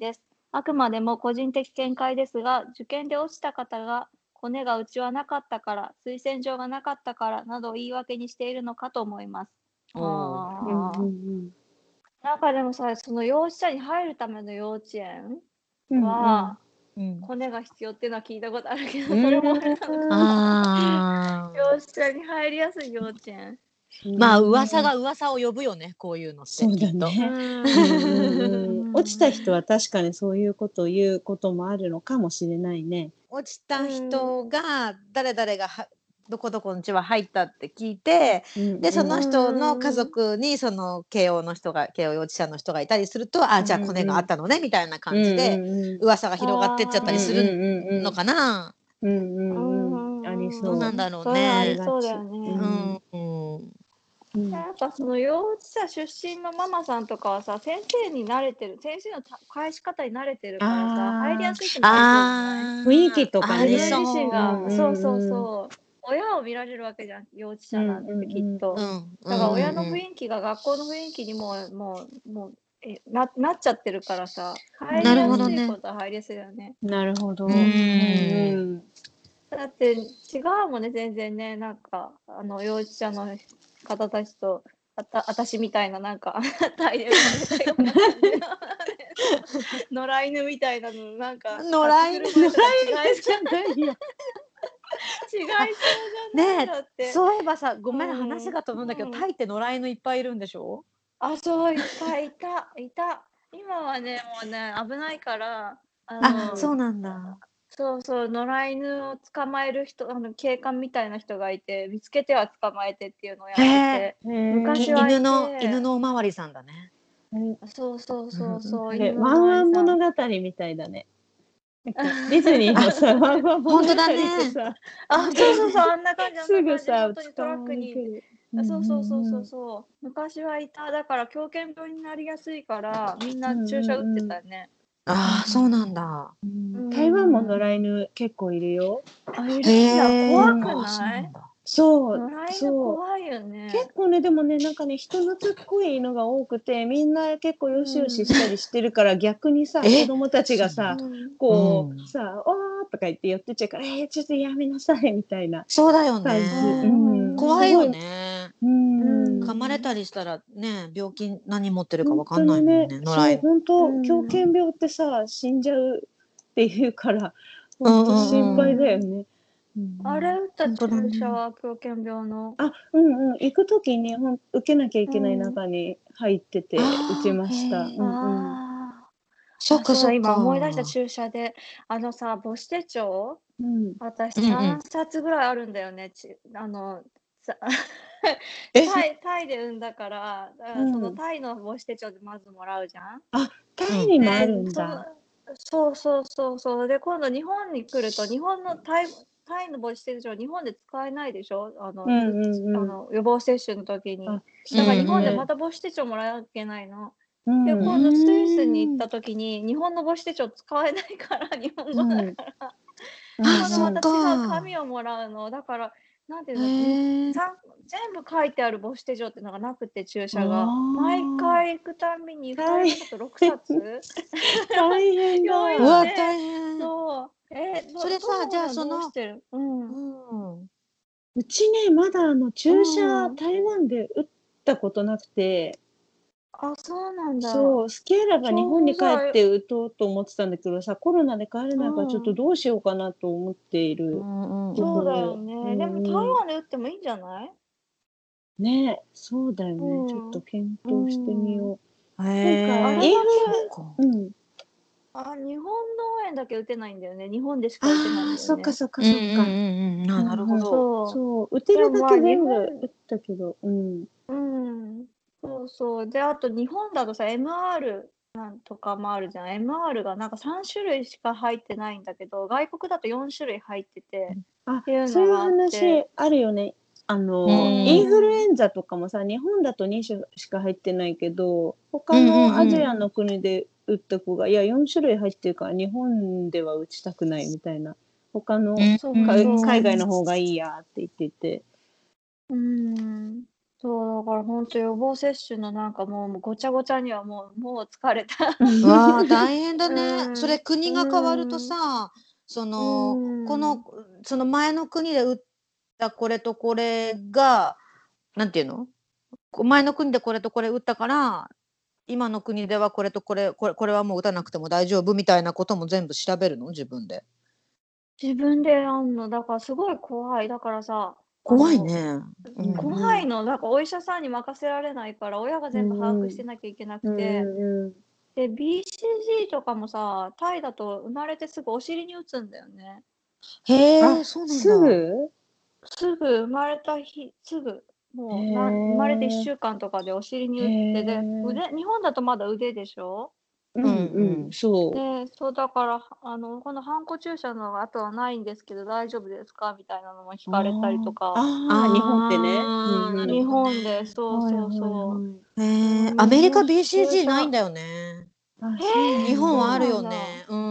あくまでも個人的見解ですが、受験で落ちた方がコネがうちはなかったから、推薦状がなかったからなどを言い訳にしているのかと思います。 おーあーうんうんなんかでもさ、その幼稚園に入るための幼稚園うんは、 うんコネが必要っていうのは聞いたことあるけど、 うんそれもあれなのかな。 あ幼稚園に入りやすい幼稚園。 うんまあ噂が噂を呼ぶよね、こういうのってそうだきっと。 うね。 んうんうんうん、落ちた人はは確かにそういうことを言うこともあるのかもしれないね。 落ちた人が誰々がはどこどこの家は入ったって聞いて、 うんでそのうん人の家族にその慶応の人が慶応幼稚舎の人がいたりすると、あじゃあコネがあったのねみたいな感じでうんうんうん噂が広がってっちゃったりするのかな。 うんうんうん、ありそう。 どうなんだろうそれはありね。 そうだようね。 んうんうんやっぱその幼稚舎出身のママさんとかはさ、先生に慣れてる、先生のた返し方に慣れてるからさ、 あー入りやすいってのもありそうじゃない？ あー雰囲気とかねあり自分自身そうが、 うんそうそうそう、親を見られるわけじゃん、幼稚舎なんてきっと。 うんだから親のうんうん雰囲気が学校の雰囲気にもう、もう、もう、えななっちゃってるからさ、入なりやするほどねいことは入りやすいよね。 なるほど。 うんうんだって違うもんね、全然ね、なんか、あの、幼稚舎の方たちと、あた私みたいな、なんか、タイで生まれたような感じの野良犬みたいなの、なんか、 野良犬買ってくる前とか違いそうじゃないよ。 違いそうじゃないねだって。 え、そういえばさ、ごめん、 うん話が飛ぶんだけど、 うんタイって野良犬いっぱいいるんでしょ？ あ、そう、いっぱいいた、いた。今はね、もうね、危ないから、ああ、 の、 そうなんだ。 そうそう、野良犬を捕まえる人、あの、警官みたいな人がいて、見つけては捕まえてっていうのをやってへえ、 て、 へえき昔はい犬の犬て、 のおまわりさんだね。 そうそうそうそう、 え犬のおワンワンまわりさん。 物語みたいだね。なんかディズニーのさ、ワンワン物語本当だってね。 さ、 あ、そうそうそう、あんな感じ、あんすぐな感じ、 さ本当にトラックに。 捕まえに来る。 あそうそうそうそううそう。昔はいた。だから狂犬病になりやすいから、みんなん注射打ってうんうんたよね。 ああ、そうなんだ。 ううん台湾も野ん。 良犬結構いるよ。 あ、いるんへだ。 え。 怖くあ、そうない？ なんだ。 そう野良犬そう。 怖いよね。 結構ね、でもね、なんかね、人懐っこい犬が多くて、みんな結構よしよししたりしてるから、逆にさ、 え子供たちがさ、 うん。 こう、 うんさ、おーとか言って寄ってっちゃうから、えー、ちょっとやめなさい、みたいなそうだよ感じ。 ね。 うん。 怖いよすごい。 ね。 ううんん。 噛まれたりしたらね、病気何持ってるか本わか当にね、 んないもんね、野そう、 良犬。 本当、 うん狂犬病ってさ、死んじゃうっていうから、本当うんうん心配だようん。 ね。うんあれ打った本当だね。 注射は狂犬病の。 あ、うんうん、行くときにほん受けなきゃいけないうん。 中に入ってて、打ちああ、 ました。 へえ。 うんうん。 ああ。あ、そうだ、 そっかそっ今思い出したか。 注射で、あのさ、母子手帳うん。 私うんうんさんさつぐらいあるんだよね。ちあの、さえ、 タイタイで産んだから、だからそのうん。 タイの母子手帳でまずもらうじゃん。 あ、タイうん。 にもあるで、そのんだ。 そうそうそうそう。で、今度日本に来ると、日本のタイタイの母子手帳、日本で使えないでしょ？あの、 うんううんうん。 あの、予防接種の時に。 あ、 うんだから日本でうん。 また母子手帳もらわなきゃいけないの。で、 うん。 う今度スイスに行っーん。 た時に、日本の母子手帳使えないから、日本語うん。 だから。 あ、 うんそっまた違う紙か。 をもらうの。だから、なんていうへの、にえ。 さん全部書いてある母子手帳っていうのがなくて、注射が。毎あ回行くたんびにあ、 ふた大変。 り分だとろくさつ大変用意うわ、 だ。 して大変。 そう。え、どとそれさ、じゃあもちゃんそのどうしてる？うん。 うん。 うちね、まだあのう注射、 ん。 台湾で打ったことなくて、 あ、そうなんだ。 そう、スケーラがち日本に帰ょうどさ、 って打とうと思ってたんだけどさ、コロナで帰れうないからちょっとん。 どうしようかなと思っていうるんうんとそうだよころ。うね。でも台んうん。 湾で打ってもいいんじゃない？ ね、そうだようね。ちょっん。 と検う討してみん。 よう。なんか、 へえ、 あれだインそっけか。 フル、うん。 あ、日本脳炎だけ打てないんだよね。日本でしか打てないああ、 んだよね。 そっかそっかうんうんそっか。 うんうん。あ、なるうんうん。 ほど。 そそう、打う。 てるだけでもまあ日本全部打ったけど、うん。 うん。そうそう。で、あと日本だとさ、エムアール なんとかもあるじゃん。エムアール がなんかさん種類しか入ってないんだけど、外国だとよん種類入っててあ、 っていうそういうのがあって。 話あるよね。あうの、インフルエンザとかもさ、日本だとに種しか入ってないけど、他うんのアうんうん。 ジアの国で打った子が、いや、よん種類入ってるから日本では打ちたくないみたいな。他のうんそう海そ海外の方がいいやって言ってて。 う。うん。 そうだから本当予防接種のなんかもうもうごちゃごちゃにはもうもう疲れた。 わあ、大変だうね。 んそれ国が変わるとうんさ、その、こうんの、その前の国で打ったこれとこれが、なんていうのこ前の国でこれとこれ打ったから、今の国ではこれとこれ、これ、これはもう打たなくても大丈夫みたいなことも全部調べるの自分で。 自分でやんのだからすごい怖い。だからさ、あの怖いね。うん怖いの。だからお医者さんに任せられないから親が全部把握してなきゃいけなくて、で ビーシージー とかもさ、タイだと生まれてすぐお尻に打つんだよね。 へあ、 え、そうなんすだ。 ぐすぐ生まれた日、すぐ、もうなへ生まれて1 え。 週間とかでお尻に打へって、で、 え。 腕、日本だとまだ腕でしょううんんうん、そで、そうだから、あの、このハンコ注射の後はないんですけど大丈夫ですかみたいなのも聞う。 かれたりとああ、 か、 ああ、日本ってね。うんああ、なる日うん。 ほど本で、 ね。 はいはいそうそうそはい。 う。うへえ、 ん、 アメリカもうビーシージー ないん注射、 だよね。 あ、 えそうな日んだ。 本はあるよそうなんだ。 ね。うん。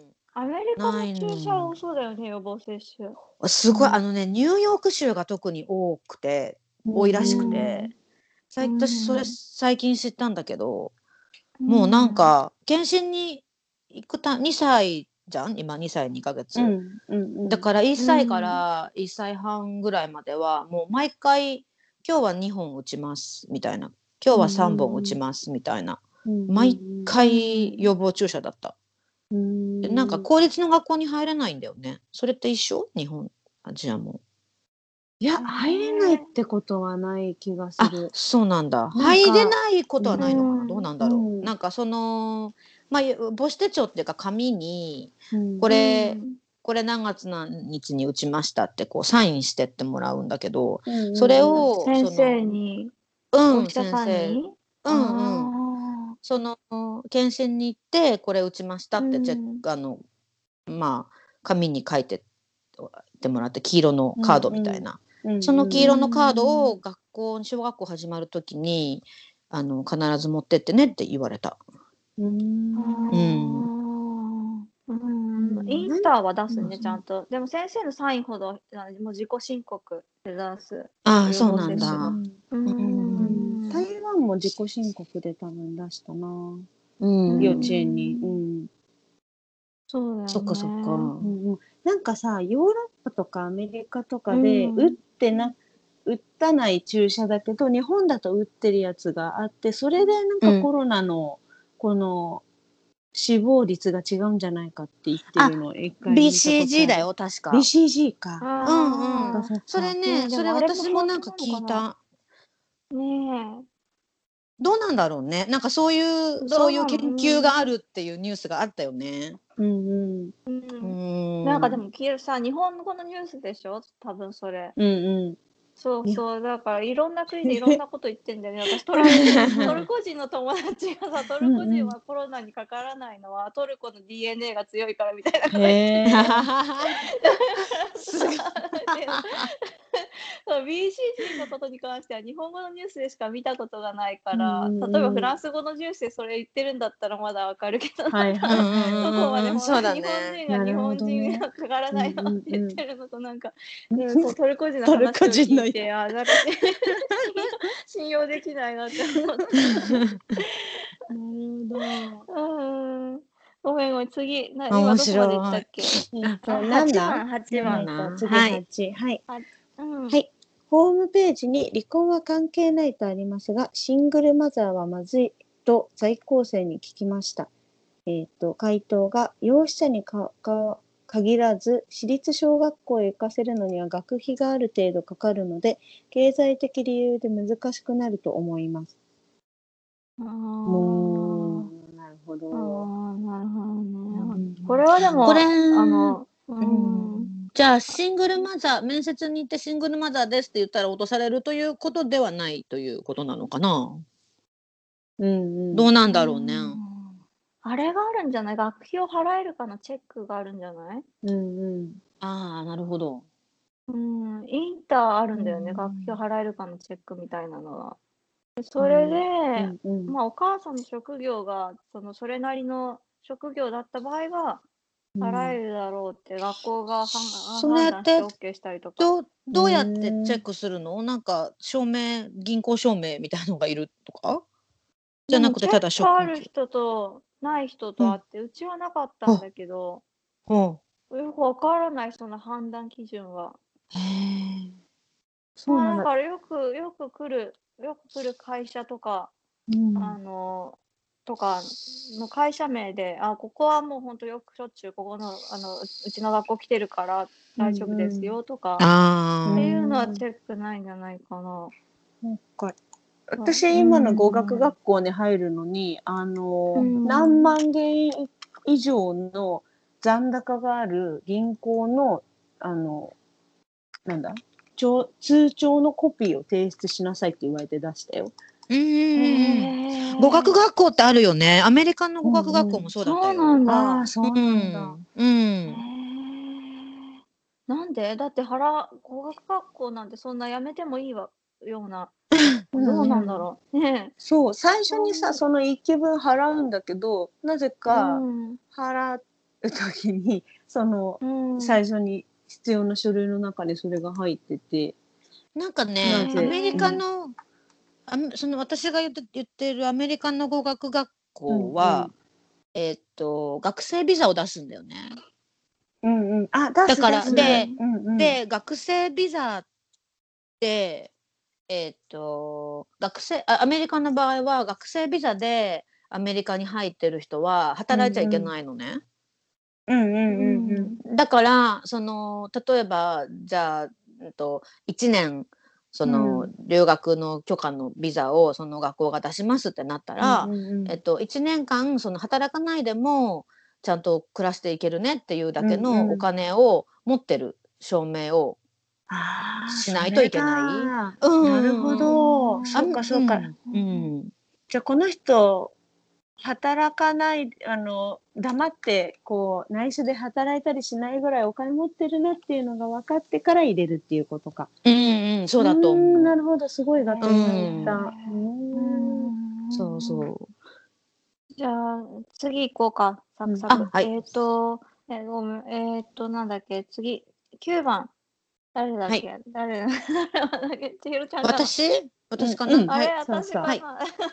アメリカないも注射多の。 そうだよね、予防接種。 すごい、あうん。 のね、ニューヨーク州が特に多くて、 う多いらしくんて、 うん、 さい私それうん、 最近知ったんだけど、 うもうなんん、 か、検診に行くた、にさいじゃん今にさいにかげつ。 うんうんうん。 だから1 う歳かん。 らいっさいはんぐらいまでは、もう毎回、今日はにほん打ちますみたいな。今日はさんぼん打ちますみたいな。 うん毎う回予ん。 防注射だった。 うで、なんかん。 公立の学校に入れないんだよね。それって一緒日本、アジアも。 いや、 え入れないっえ。 てことはない気がすあ、 る。 そうなんだ。 なんか、 入れないことはうないのかな。どううん。 なんだろう。 ん、 なんかその、まあ、母子手帳っていうか紙に、 うん、 こうれ、 ん。 これ何月何日に打ちましたってこうサインしてってもらうんだけど、 うん、 それうん、うん。 を、 先生その、 に、おうん、 医者先生、 さんにうあんうん、 あ。 その、検診に行って、これ打ちましたうってチェッん。 ク、あの、まあ、紙に書いてってもらって、黄色のうん、 カードみたいな。 うん、 その黄うん。 色のカードを学校、小学校始まるときに、あの、必ず持ってってねって言われた。 うーあうん。 ん。 あ。ううん。 ん、なんインターは出うん、 すね、ちゃんと。でも先生のサインほど、あもう自己申告で出す。 ああ、 予そう防接種の。 なんだ。 うーうん。 うん。 ん。 台湾も自己申告で多分出したな。 う幼稚ん。 園に。うん。 ん。 そうだよそっかそっか。 ね。 うんうん。なんかさ、ヨーロッパとかアメリカとうかで、打っん。 てな打たない注射だけど、日本だと打ってるやつがあって、それでなんうん。 かコロナのこの死亡率が違うんじゃないかって言ってあ、 るのを一回見たことビーシージーある。 だよ、確か。 ビーシージー か。 うあ、そっんうん。 かああ。 そっか。 それね、 ねえ、でそれもあれも私もなんか本当なのかな。 聞いた。 ねどうなんだろうね。なんかそういえ。 う、 どうなそういう研究の、 があるっていうニュースがあったよね。 うんうん。 うん。 ううん。なんかでん。 も、きさ、日本のこのニュースでしょ多分それ。 うんうん。にそうそう。だからいろんな国でいろんなこと言ってんだよね。私トルコ人、トルコ人の友達がさ、トルコうんうん。 人はコロナにかからないのはトルコの ディーエヌエー が強いからみたいなこと言ってへえ。 すごい。 そう ビーシージー のことに関しては日本語のニュースでしか見たことがないかうんら、 うん例えばフうん。 ランス語のニュースでそれ言ってるんだったらまだわかるけど、なんかはいはいうんうんはい。 どこまでうんうん。 ほんそうだ日本ね。 人が日なるほ本人どね。 がかからうんないのってうんうん。 言ってるのとなんか、うん、そうトルコ人のトルコ話を人の聞いて、あ、なんか信用信用できないなって思った。 なるほど。 うん。ごめんごめん、次、な今面どこまで行った白い。 っけ？ えっと、 あ、 何番はちばん、8 今えっ番。 と、 な。 次はい。 はち。はい。 はうん。 はい。ホームページに離婚は関係ないとありますが、シングルマザーはまずいと在校生に聞きました。えっと、回答が、養子者にかか限らず、私立小学校へ行かせるのには学費がある程度かかるので、経済的理由で難しくなると思います。 あもあ。 う、なるほあど。 あ、なるほどうね。 んこれはでこれ、 も、あの、ううん、 ん。 じゃあシングルマザー、面接に行ってシングルマザーですって言ったら落とされるということではないということなのかな。 うんうん。 どうなうんだろうね。 ん。あれがあるんじゃない？学費を払えるかのチェックがあるんじゃない？ うんうん。 ああ、なるほど。 うん、インターあるうんんだよね。学費をん。 払えるかのチェックみたいなのは。で、 うそれんで、 うん。 まあ、お母さんの職業が、その、それなりの職業だった場合は、 払えるだろうって学校が判それ判断ってして OK したりとか。 どうどうやってチェックするの？なんか証明銀行証明みたいなのがいるとかじゃなくてただチェックある人とない人とあって、うん、うちはなかったんだけど、うん、よくわからないその判断基準は。 へえ。 そうなんだ。だからよくよく来るよく来る会社とか、うん、あのとかの会社名で、あ、ここはもう本当よくしょっちゅうここのあのうちの学校来てるから大丈夫ですよとか、うんうん、っていうのはチェックないんじゃないかな。 なんか私今の語学学校に入るのに、あの、うん、何万元以上の残高がある銀行のあのなんだ通帳のコピーを提出しなさいって言われて出したよ。 うん、語学学校ってあるよね。アメリカの語学学校もそうだったよ。 うんうん、そうなんだ。 ああ、そうなんだ。 うん。うん、 なんで？だって原語学学校なんてそんなやめてもいいわような。どうなんだろう。ね。 そう、最初にさ、その一期分払うんだけど、なぜか払う時に、その、うん、最初に必要な書類の中にそれが入ってて。 なんかね、アメリカの、うん、あその私が言って言ってるアメリカの語学学校は、うんうん、えー、っと学生ビザを出すんだよね。 うんうん。あ、出すだから出すで、 うんうん、 で学生ビザってえー、っと学生あアメリカの場合は学生ビザでアメリカに入ってる人は働いちゃいけないのね。 うんうんうんうん、だからその例えばじゃあ、うん、といちねんその、うん、留学の許可のビザをその学校が出しますってなったら、うんうんうん、えっと、いちねんかんその働かないでもちゃんと暮らしていけるねっていうだけのお金を持ってる証明をしないといけない。 うん、なるほど。そうかそうか。うん、じゃあこの人働かないあの黙ってこう内緒で働いたりしないぐらいお金持ってるなっていうのが分かってから入れるっていうことか。 うんうん、そうだと思う。 なるほど、すごいがと思った。 そうそう。 じゃあ次行こうか。サクサク。はい、えっ、ー、とえごめんえっ、ー、となんだっけ次きゅうばん誰だっけ、はい、誰だっけ千尋ちゃんかな。 私私かな、うんうん、 あれ、 はい、 私かな、はい、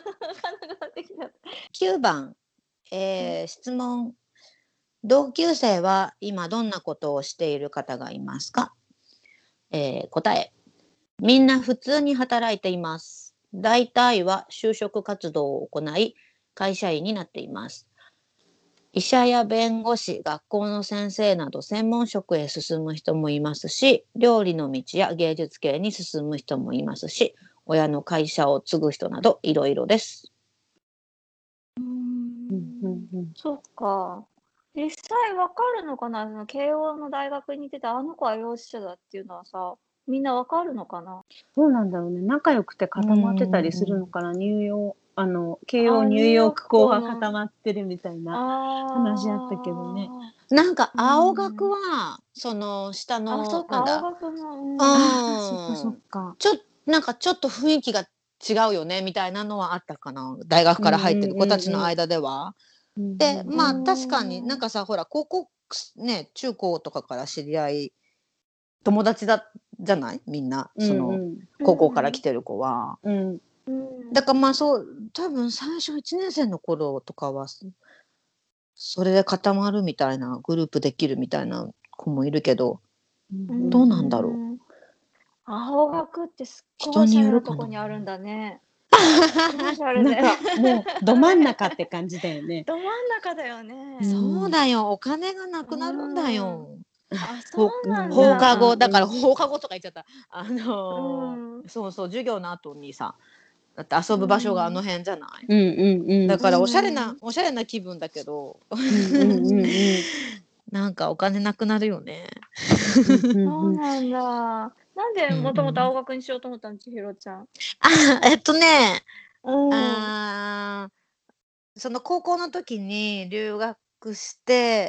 きゅうばん、えー、質問。同級生は今どんなことをしている方がいますか？えー、答え。みんな普通に働いています。大体は就職活動を行い、会社員になっています。医者や弁護士、学校の先生など専門職へ進む人もいますし、料理の道や芸術系に進む人もいますし、親の会社を継ぐ人などいろいろです。 うーん、そっか。実際わかるのかな、その慶応の大学に行ってたあの子は養子者だっていうのはさ、みんなわかるのかな。 そうなんだろうね。仲良くて固まってたりするのかな。ニューヨーあの慶応ニューヨーク校が固まってるみたいな話あったけどね。 なんか青学はその下のあ、そうか、 なんだ。 青学の、うん、 あ、そっかそっか。 ちょなんかちょっと雰囲気が違うよねみたいなのはあったかな。大学から入ってる子たちの間では。で、まあ確かになんかさ、ほら高校ね中高とかから知り合い友達だじゃないみんな、その高校から来てる子は。うんうん、だからまあそう多分最初いちねん生の頃とかはそれで固まるみたいなグループできるみたいな子もいるけど、うん、どうなんだろう。 青学ってすっごいおしゃれなとこにあるんだね。 なんかもうど真ん中って感じだよね。 ど真ん中だよね。 そうだよ、お金がなくなるんだよ。 あ、そうなんだ。 放課後だから放課後とか言っちゃった。あのーうん、そうそう授業の後にさ、だって遊ぶ場所があの辺じゃない。うんうんうん、だからおしゃれなおしゃれな気分だけど、うんうんうんうん、なんかお金なくなるよね。 そうなんだ。なんでもともと青学にしようと思ったの、千尋ちゃん。あ、 えっとね、あその高校の時に留学して、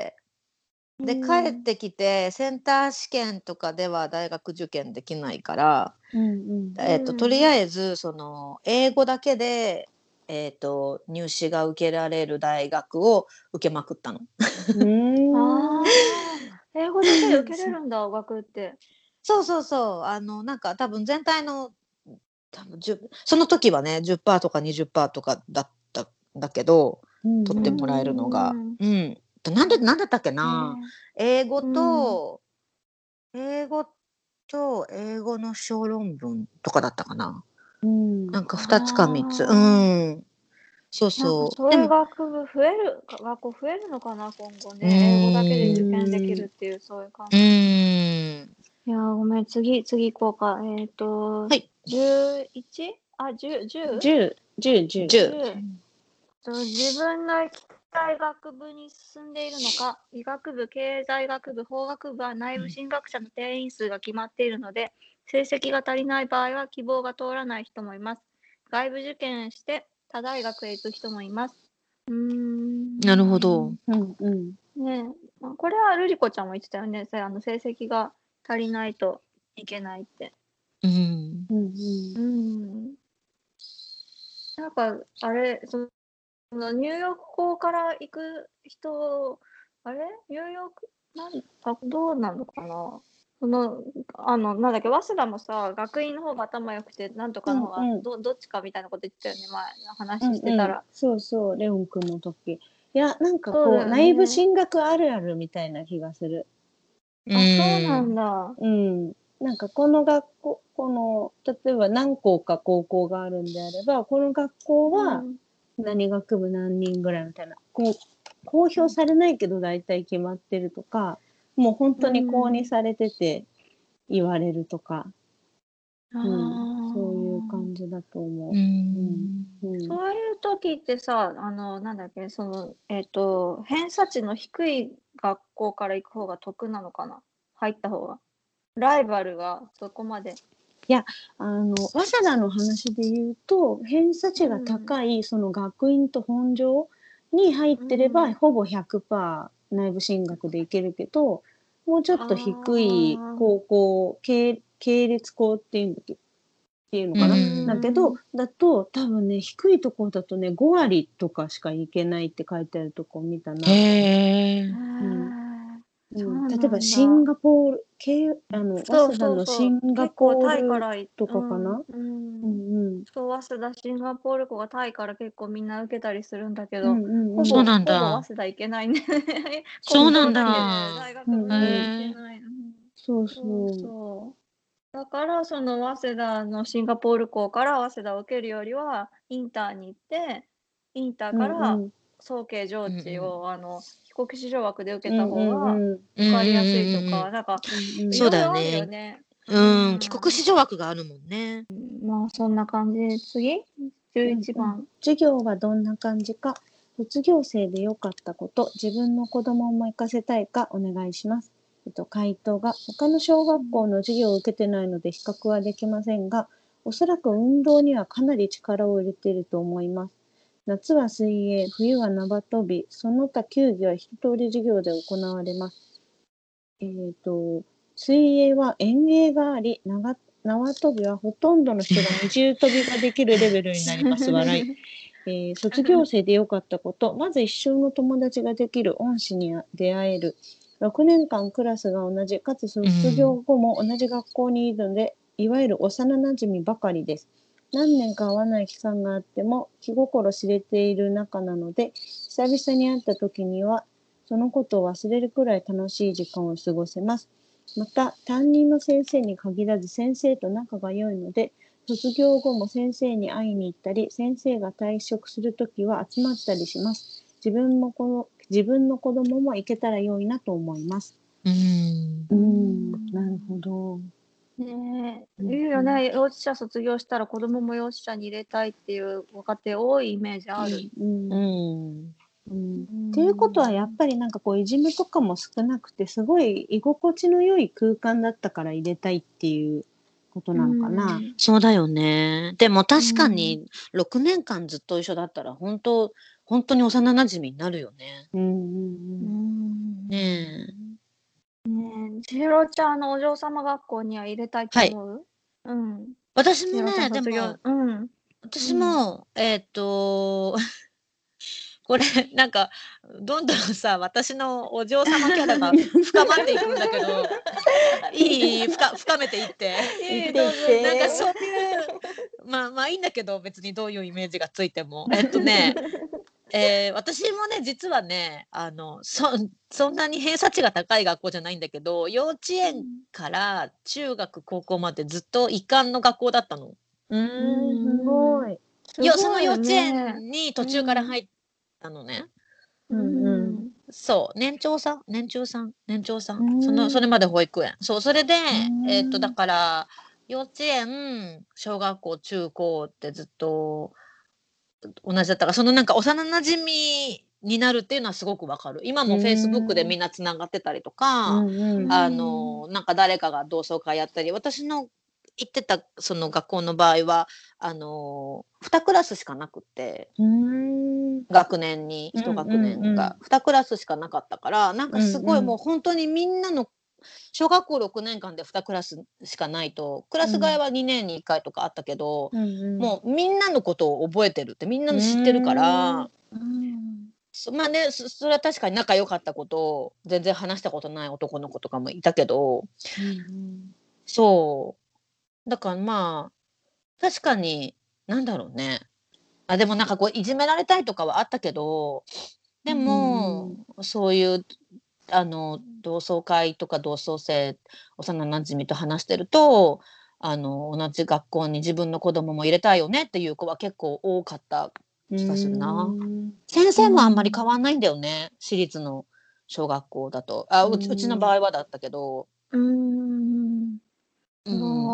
で帰ってきてセンター試験とかでは大学受験できないから、うんうんえー、ととりあえずその英語だけで、えー、と入試が受けられる大学を受けまくったの。 受けれるんだ、学って。 そうそうそう。あの、なんか多分全体の、多分じゅうその時はね、じゅっパーセントとかにじゅっパーセントとかだったんだけど、取ってもらえるのが。うん。なんで、なんだったっけな。英語と、英語と英語の小論文とかだったかな。うん、なんかふたつかみっつ。うん。そうそう。 そういう学部増える、学校増えるのかな、今後ね。英語だけで受験できるっていう、そういう感じ。うん。いや、ごめん、次、次行こうか。えっと、はい。じゅういち? あ、じゅう、じゅう? じゅう、じゅう、じゅう。じゅう。 自分の行きたい学部に進んでいるのか、医学部、経済学部、法学部は内部進学者の定員数が決まっているので、成績が足りない場合は希望が通らない人もいます。外部受験して他大学へ行く人もいます。うーん。 なるほど。 うんうん。 ねえ、これはルリコちゃんも言ってたよね。あの成績が足りないといけないって。 うん。 うんうん。なんかあれ、そのそのニューヨーク校から行く人、あれニューヨーク、なんかどうなのかな。その、あの、なんだっけ、早稲田もさ、学院の方が頭良くて、なんとかの方がど、うんうん、どっちかみたいなこと言ってたよね、前話してたら。 うんうん、そうそう、レオン君の時。いや、なんかこう、ね、内部進学あるあるみたいな気がする。 あ、そうなんだ。 うん。なんかこの学校、この、例えば何校か高校があるんであれば、この学校は何学部何人ぐらいみたいな、こう、公表されないけど大体決まってるとか、もう本当に公認されてて言われるとか、うん、そういう感じだと思う。うんうん、そういう時ってさ、あの、なんだっけ、その、えっと、偏差値の低い学校から行く方が得なのかな、入った方が。ライバルがそこまで。 いや、あの、早稲田の話で言うと、偏差値が高い、うん、その学院と本上に入ってれば、うん、ほぼ ひゃくパーセント 内部進学でいけるけど、もうちょっと低い高校、系, 系列校っていうんだっけっていうのかな、うん、だけど、だと、多分ね、低いところだとね、ご割とかしかいけないって書いてあるとこ見たな。 へー。 うんうん、例えばシンガポール系、あの早稲田のシンガポールとかかな。 うんうん、そう、早稲田シンガポール校がタイから結構みんな受けたりするんだけど、うんうんうん、ほぼそうなんだ。 ほぼ早稲田行けないね。 そうなんだ。 大学部行けない。 そうそう。 そうだからその早稲田のシンガポール校から早稲田を受けるよりはインターに行ってインターから早慶上智を、うんうん、あの帰国子女枠で受けた方が受かりやすいとか、うんうんうん、なんかいろいろあるよね。 うん、うん、帰国子女枠があるもんね。 まあそんな感じで次じゅういちばん、うんうん、 授業はどんな感じか、卒業生で良かったこと、自分の子供も行かせたいかお願いします。えっと、回答が他の小学校の授業を受けてないので比較はできませんが、おそらく運動にはかなり力を入れていると思います。夏は水泳、冬は縄跳び、その他球技は一通り授業で行われます。えっと、水泳は遠泳があり、縄跳びはほとんどの人が二重跳びができるレベルになります。笑い。えー、卒業生で良かったこと、まず一生の友達ができる、恩師に出会える。ろくねんかんクラスが同じ、かつ卒業後も同じ学校にいるので、うん、いわゆる幼なじみばかりです。何年か会わない期間があっても気心知れている仲なので、久々に会った時にはそのことを忘れるくらい楽しい時間を過ごせます。また、担任の先生に限らず先生と仲が良いので、卒業後も先生に会いに行ったり、先生が退職するときは集まったりします。自分もこの自分の子供も行けたら良いなと思います。 うーん、 うーん、なるほど。 ねえ、言うよね、幼稚舎卒業したら子供も幼稚舎に入れたいっていうご家庭多いイメージある。 うん。うんうん、っていうことはやっぱりなんかこういじめとかも少なくてすごい居心地の良い空間だったから入れたいっていうことなのかな。 うん、そうだよね。でも確かにろくねんかんずっと一緒だったら本当本当に幼馴染になるよね。 うんうんうん、 ねえ。ねえ、千尋ちゃんのお嬢様学校には入れたいと思う？はい、うん。 私もね、でも、うん、私も、うん、えっとこれなんかどんどんさ私のお嬢様キャラが深まっていくんだけどいい深深めていっていいどうぞなんかそういうまあまあいいんだけど別にどういうイメージがついてもえっとねえー、私もね実はねあの そ, そんなに偏差値が高い学校じゃないんだけど幼稚園から中学高校までずっと一貫の学校だったの。 うーん、すごい。 よその幼稚園に途中から入ったのね。 うんうん。 そう年長さん年中さん年長さんそのそれまで保育園そうそれでえー、っとだから幼稚園小学校中高ってずっと同じだったからそのなんか幼なじみになるっていうのはすごくわかる。今もフェイスブックでみんなつながってたりとか、 うんうん、 あのなんか誰かが同窓会やったり私の行ってたその学校の場合はあのにクラスしかなくて学年にいち学年がにクラスしかなかったからなんかすごいもう本当にみんなの小学校ろくねんかんでにクラスしかないとクラス替えはにねんにいっかいとかあったけど、うん、もうみんなのことを覚えてるってみんなの知ってるから、うん、まあね そ, それは確かに仲良かったことを全然話したことない男の子とかもいたけど、うん、そうだからまあ確かになんだろうねあでもなんかこういじめられたいとかはあったけどでも、うん、そういうあの同窓会とか同窓生幼なじみと話してるとあの同じ学校に自分の子供も入れたいよねっていう子は結構多かった気がするな。先生もあんまり変わんないんだよね私立の小学校だとあ う, ちうちの場合はだったけどうーんうん、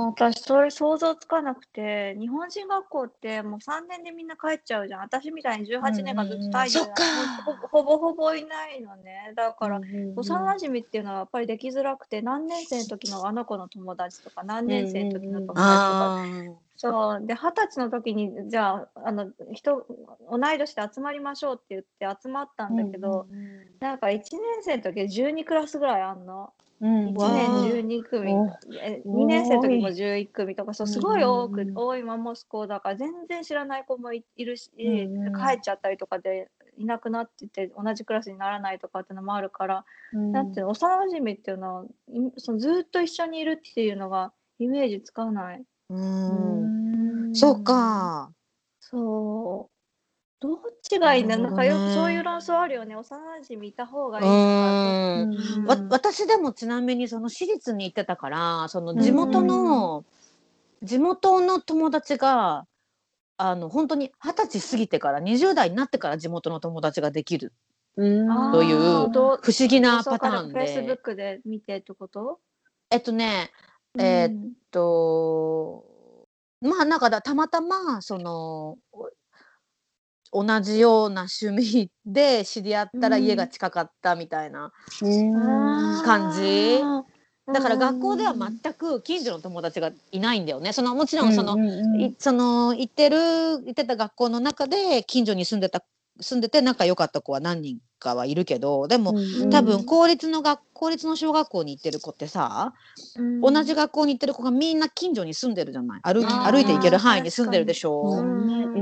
私それ想像つかなくて日本人学校ってもうさんねんでみんな帰っちゃうじゃん。私みたいにじゅうはちねんがずっとタイに、うんうん、ほ, ほぼほぼいないのね。だから、うんうんうん、幼なじみっていうのはやっぱりできづらくて何年生の時のあの子の友達とか何年生の時の友達とか、うんうん、そうではたちの時にじゃあ、あの人同い年で集まりましょうって言って集まったんだけど、うんうんうん、なんかいちねん生の時じゅうにクラスぐらいあんの。うん、いちねんじゅうにくみ、にねん生の時もじゅういち組とかそうすごい多く、うん、多いマンモス校だから全然知らない子も い, いるし、うん、帰っちゃったりとかでいなくなってて同じクラスにならないとかっていうのもあるから、うん、だって幼馴染っていうのはそのずっと一緒にいるっていうのがイメージつかない。 うん、うん、そうか。 そう。どっちがいいんだ、なんかよくそういう論争あるよね。幼馴染いた方がいいのか。 うんわ私でもちなみにその私立に行ってたからその地元の地元の友達があの本当にはたち過ぎてからにじゅう代になってから地元の友達ができるという不思議なパターンで。 フェイスブックで見てってこと？ えっとねえー、っとまあなんかだたまたまその同じような趣味で知り合ったら家が近かったみたいな感じ、うん、だから学校では全く近所の友達がいないんだよね。そのもちろんその、うんうんうん、その行ってる行ってた学校の中で近所に住んでた住んでて仲良かった子は何人かはいるけどでも、うんうん、多分公立の学公立の小学校に行ってる子ってさ、うん、同じ学校に行ってる子がみんな近所に住んでるじゃない。 歩, 歩いて行ける範囲に住んでるでしょ、うん、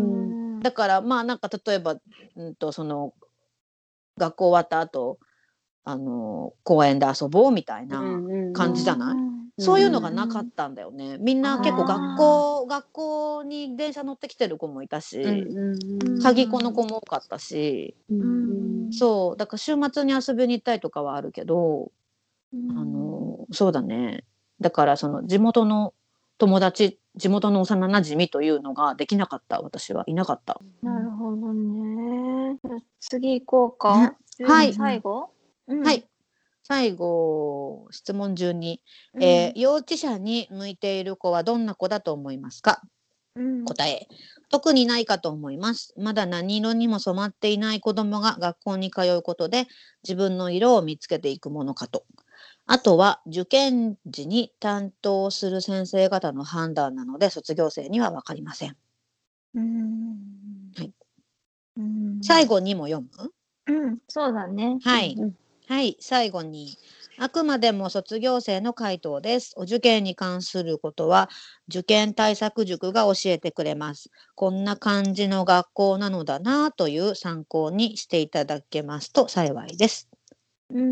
だからまあなんか例えば、うんと、その学校終わった後あの公園で遊ぼうみたいな感じじゃない、うんうん、そういうのがなかったんだよね。みんな結構学校学校に電車乗ってきてる子もいたし、うんうん、鍵子の子も多かったし、うんうん、そうだから週末に遊びに行ったりとかはあるけど、うん、あのそうだね。だからその地元の友達地元の幼なじみというのができなかった。私はいなかった。 なるほどね。次行こうか、ね、はい、最後、 うん、はい最後質問じゅうに、うんえー、幼稚舎に向いている子はどんな子だと思いますか、うん、答え特にないかと思います。まだ何色にも染まっていない子どもが学校に通うことで自分の色を見つけていくものかと。あとは受験時に担当する先生方の判断なので卒業生には分かりません。うーん、はい、うーん最後にも読む？ うん、そうだね。 はい、うん、はい、最後にあくまでも卒業生の回答です。お受験に関することは受験対策塾が教えてくれます。こんな感じの学校なのだなという参考にしていただけますと幸いです。 うん、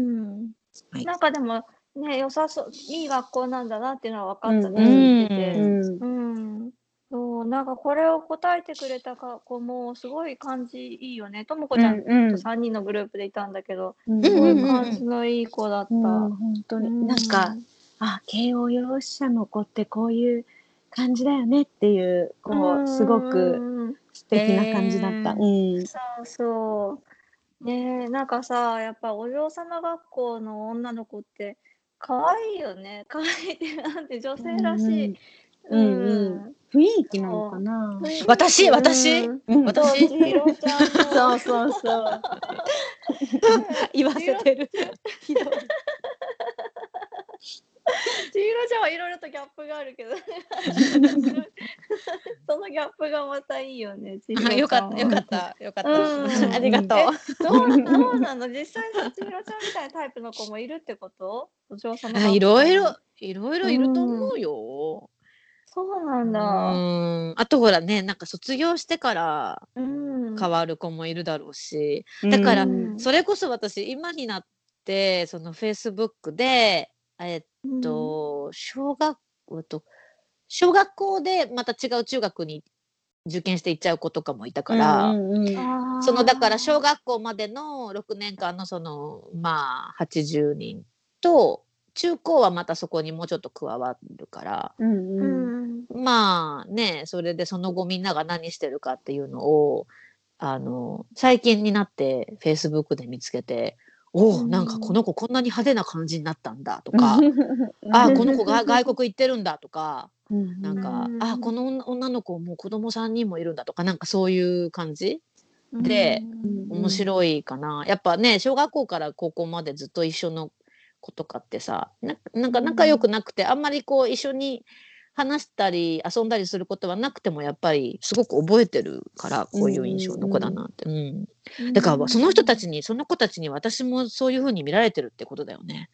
はい、 なんかでもね、良さそう、いい学校なんだなっていうのは分かったね、 うん聞いてて。 うんうん。そう、なんかこれを答えてくれたか子もすごい感じいいよね。ともこちゃんうんうんとさんにんのグループでいたんだけど、 うんすごいうんうんうん感じのいい子だった。 うん本当に、 うんなんかあ慶応幼稚舎の子ってこういう感じだよねっていうこうすごく素敵な感じだった。 へうーんそうそう。ねえ、なんかさ、やっぱお嬢様学校の女の子って可愛いよね。可愛いってなんて女性らしい。 うんうん雰囲気なのかな。 雰囲気私私うんうん私そう、千尋ちゃんのそうそうそう。 言わせてる。ひどい。 千尋ちゃんはいろいろとギャップがあるけどそのギャップがまたいいよね、千尋ちゃんは。 よかったよかったよかった。 うんありがとう。 えどうどうなの実際さ、千尋ちゃんみたいなタイプの子もいるってことお嬢様学校あ、 にいろいろいろいろいると思うよ。 そうなんうだ。 ん。あとほらね、なんか卒業してからうん。 変わる子もいるだろうし、だからうんそれこそ私今になってそのフェイスブックでえっと小学校と小学校でまた違う中学に受験していっちゃう子とかもいたから、 うんうんそのだから小学校までのろくねんかんのそのまあはちじゅうにんと中高はまたそこにもうちょっと加わるから、 うんううんん。 まあね、それでその後みんなが何してるかっていうのをあの最近になってフェイスブックで見つけて、おお、なんかこの子こんなに派手な感じになったんだとか、あこの子が外国行ってるんだとか、なんかあこの女の子もう子供さんにんもいるんだとか、なんかそういう感じで面白いかな。やっぱね、小学校から高校までずっと一緒の子とかってさ、ななんか仲良くなくてあんまりこう一緒に話したり遊んだりすることはなくてもやっぱりすごく覚えてるからこういう印象の子だなって、うん、だからその人たちにその子たちに私もそういう風に見られてるってことだよね。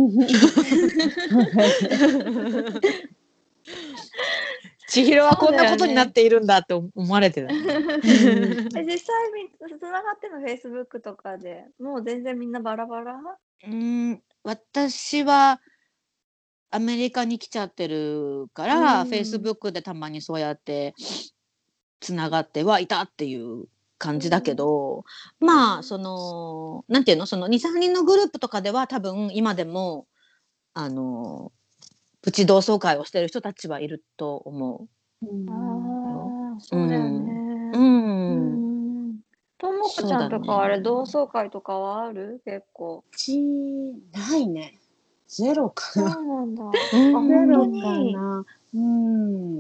千尋はこんなことになっているんだって思われてる、ね。 え実際つながってのフェイスブックとかでもう全然みんなバラバラ？ うん私はアメリカに来ちゃってるから、フェイスブックでたまにそうやってつながってはいたっていう感じだけど、うん、まあそのなんていうの、そのにさんにんのグループとかでは多分今でもあのプチ同窓会をしてる人たちはいると思う。 うん、ああ、そうだよね。 うん。うん。 ともこちゃんとかあれ、ね、同窓会とかはある？結構。 うちないね。ゼロかな。 そうなんだ。 ゼロかな。うん。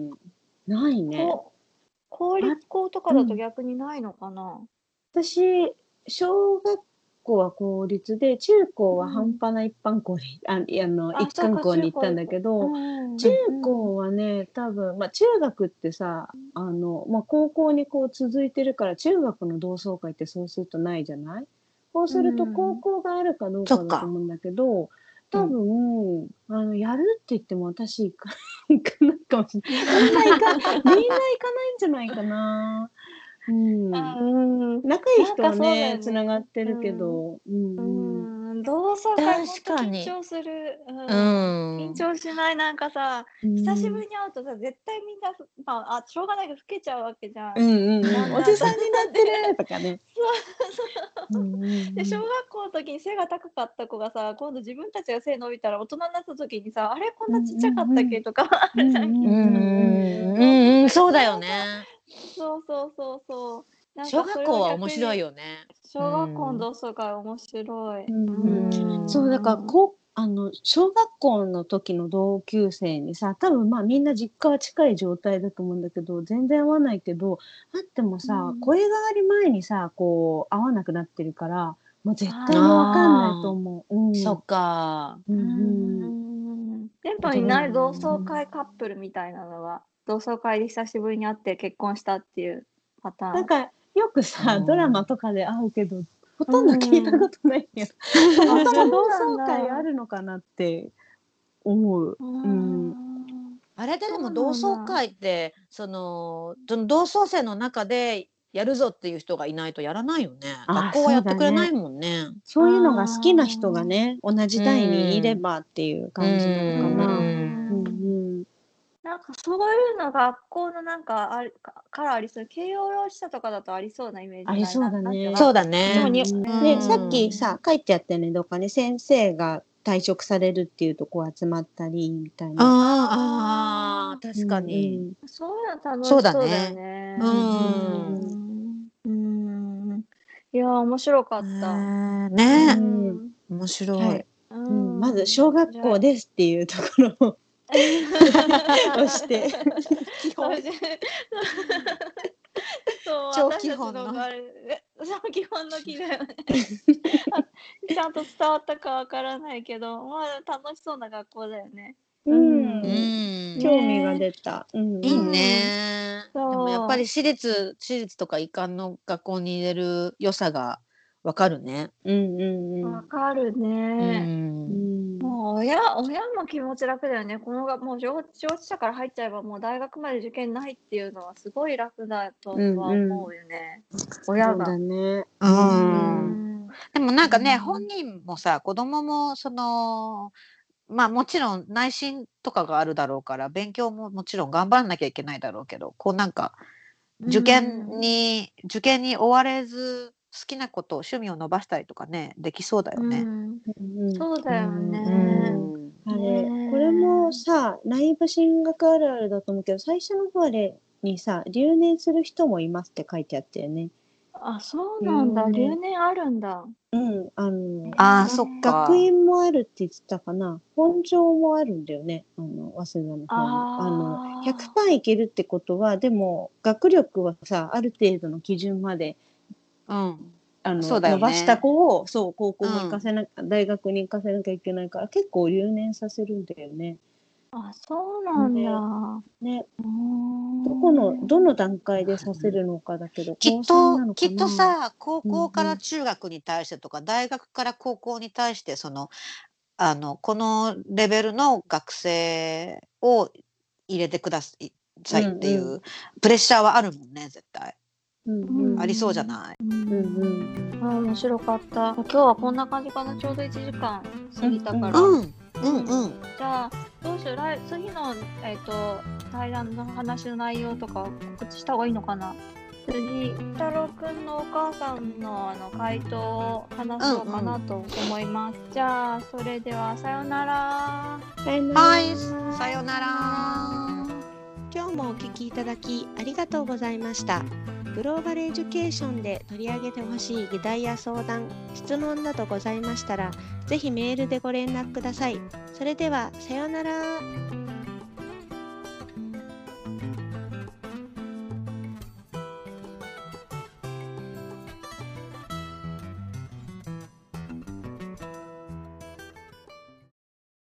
ないね。 公立校とかだと逆にないのかな。 うん、私小学校は公立で、中高は半端な一般校に、うん、ああの一貫校に行ったんだけど、うん、中高はね、多分まあ中学ってさ、あのまあ高校にこう続いてるから中学の同窓会ってそうするとないじゃない？こうすると高校があるかどうかだと思うんだけど。多分、うん、あのやるって言っても私行かないかもしれない。みんな行かみんな行かないんじゃないかな。うん、仲いい人はねつながってるけど、うんうん、同窓会本当緊張する、うん、緊張しない？なんかさ、久しぶりに会うとさ絶対みんな、まあ、あしょうがないけど老けちゃうわけじゃん。 うんうんうん、おじさんになってるとかね。 そうそう、うんうん、で小学校の時に背が高かった子がさ、今度自分たちが背伸びたら大人になった時にさ、あれこんなちっちゃかったっけとかあるじゃん。 うん、そうだよね。 そうそうそうそう。なんか小学校は面白いよね。 小学校の同窓会面白い。 うんうん、そうだからこあの小学校の時の同級生にさ、多分まあみんな実家は近い状態だと思うんだけど、全然会わないけど、会ってもさ、うん、声変わり前にさこう会わなくなってるから、もう絶対に分かんないと思う。うん、 そっか。 うん。電波にない同窓会カップルみたいなのは、同窓会で久しぶりに会って結婚したっていうパターン。 なんかよくさ、ドラマとかで会うけど、 ほとんど聞いたことないよ。そもそも同窓会あるのかなって思う。うん、 あれででも同窓会ってそのその同窓生の中でやるぞっていう人がいないとやらないよね。学校はやってくれないもんね。 そういうのが好きな人がね、同じ代にいればっていう感じなのかな。うんうん、 なんかそういうの学校のなんかあるかからありそう。慶応幼稚舎とかだとありそうなイメージ。 ありそうだね。 そうだね。 ね、さっきさ書いてあったよね、どっかね、先生が退職されるっていうとこ集まったりみたいな。 ああ、確かに、 うん、そういうの楽しそうだよね。 うん。 うん。いや面白かった。 ね、面白い。 はい、うん、まず小学校ですっていうところを押して。基本。 そう、超基本の。そう基本の木だよね。ちゃんと伝わったかわからないけど、まあ楽しそうな学校だよね。 うん。興味が出た。 いいね。でもやっぱり私立私立とか一貫の学校に入れる良さがわかるね。 うんうんうん。 わかるね。もう親親も気持ち楽だよね。このがもう幼稚舎から入っちゃえばもう大学まで受験ないっていうのはすごい楽だとは思うよね。親が。 そうだね。 うん。でもなんかね、本人もさ、子供もそのまあもちろん内心とかがあるだろうから勉強ももちろん頑張らなきゃいけないだろうけど、こうなんか受験に受験に追われず好きなこと趣味を伸ばしたりとかねできそうだよね。 うん、そうだよね。 あれこれもさ内部進学あるあるだと思うけど、最初の方でにさ留年する人もいますって書いてあったよね。 あ、そうなんだ。留年あるんだ。 うん、あのあ、そっか。 学院もあるって言ってたかな。本庄もあるんだよね。あの早稲田の方に。あ, あの ひゃくパーセント いけるってことは、でも学力はさある程度の基準まで、 うん、 あのそうだよね、 伸ばした子をそう高校も行かせな、うん、大学に行かせなきゃいけないから結構留年させるんだよね。 あ、そうなんだ。 ね。ね、どこのどの段階でさせるのかだけど、 きっときっとさ、高校から中学に対してとか、うんうん、大学から高校に対してそのあのこのレベルの学生を入れてくださいっていうプレッシャーはあるもんね、絶対。うんうん、ありそうじゃない。うんうん、あ、面白かった。今日はこんな感じかな。ちょうどいちじかん過ぎたから。 うんうんうんうん、 じゃあどうしよう、来次の、えーと、対談の話の内容とか告知した方がいいのかな。次太郎くんのお母さんのあの回答を話そうかなと思います。うんうん、じゃあそれではさよなら。 さよなら。 はい、さよなら。 今日もお聞きいただきありがとうございました。グローバルエデュケーションで取り上げてほしい議題や相談、質問などございましたら、ぜひメールでご連絡ください。それではさようなら。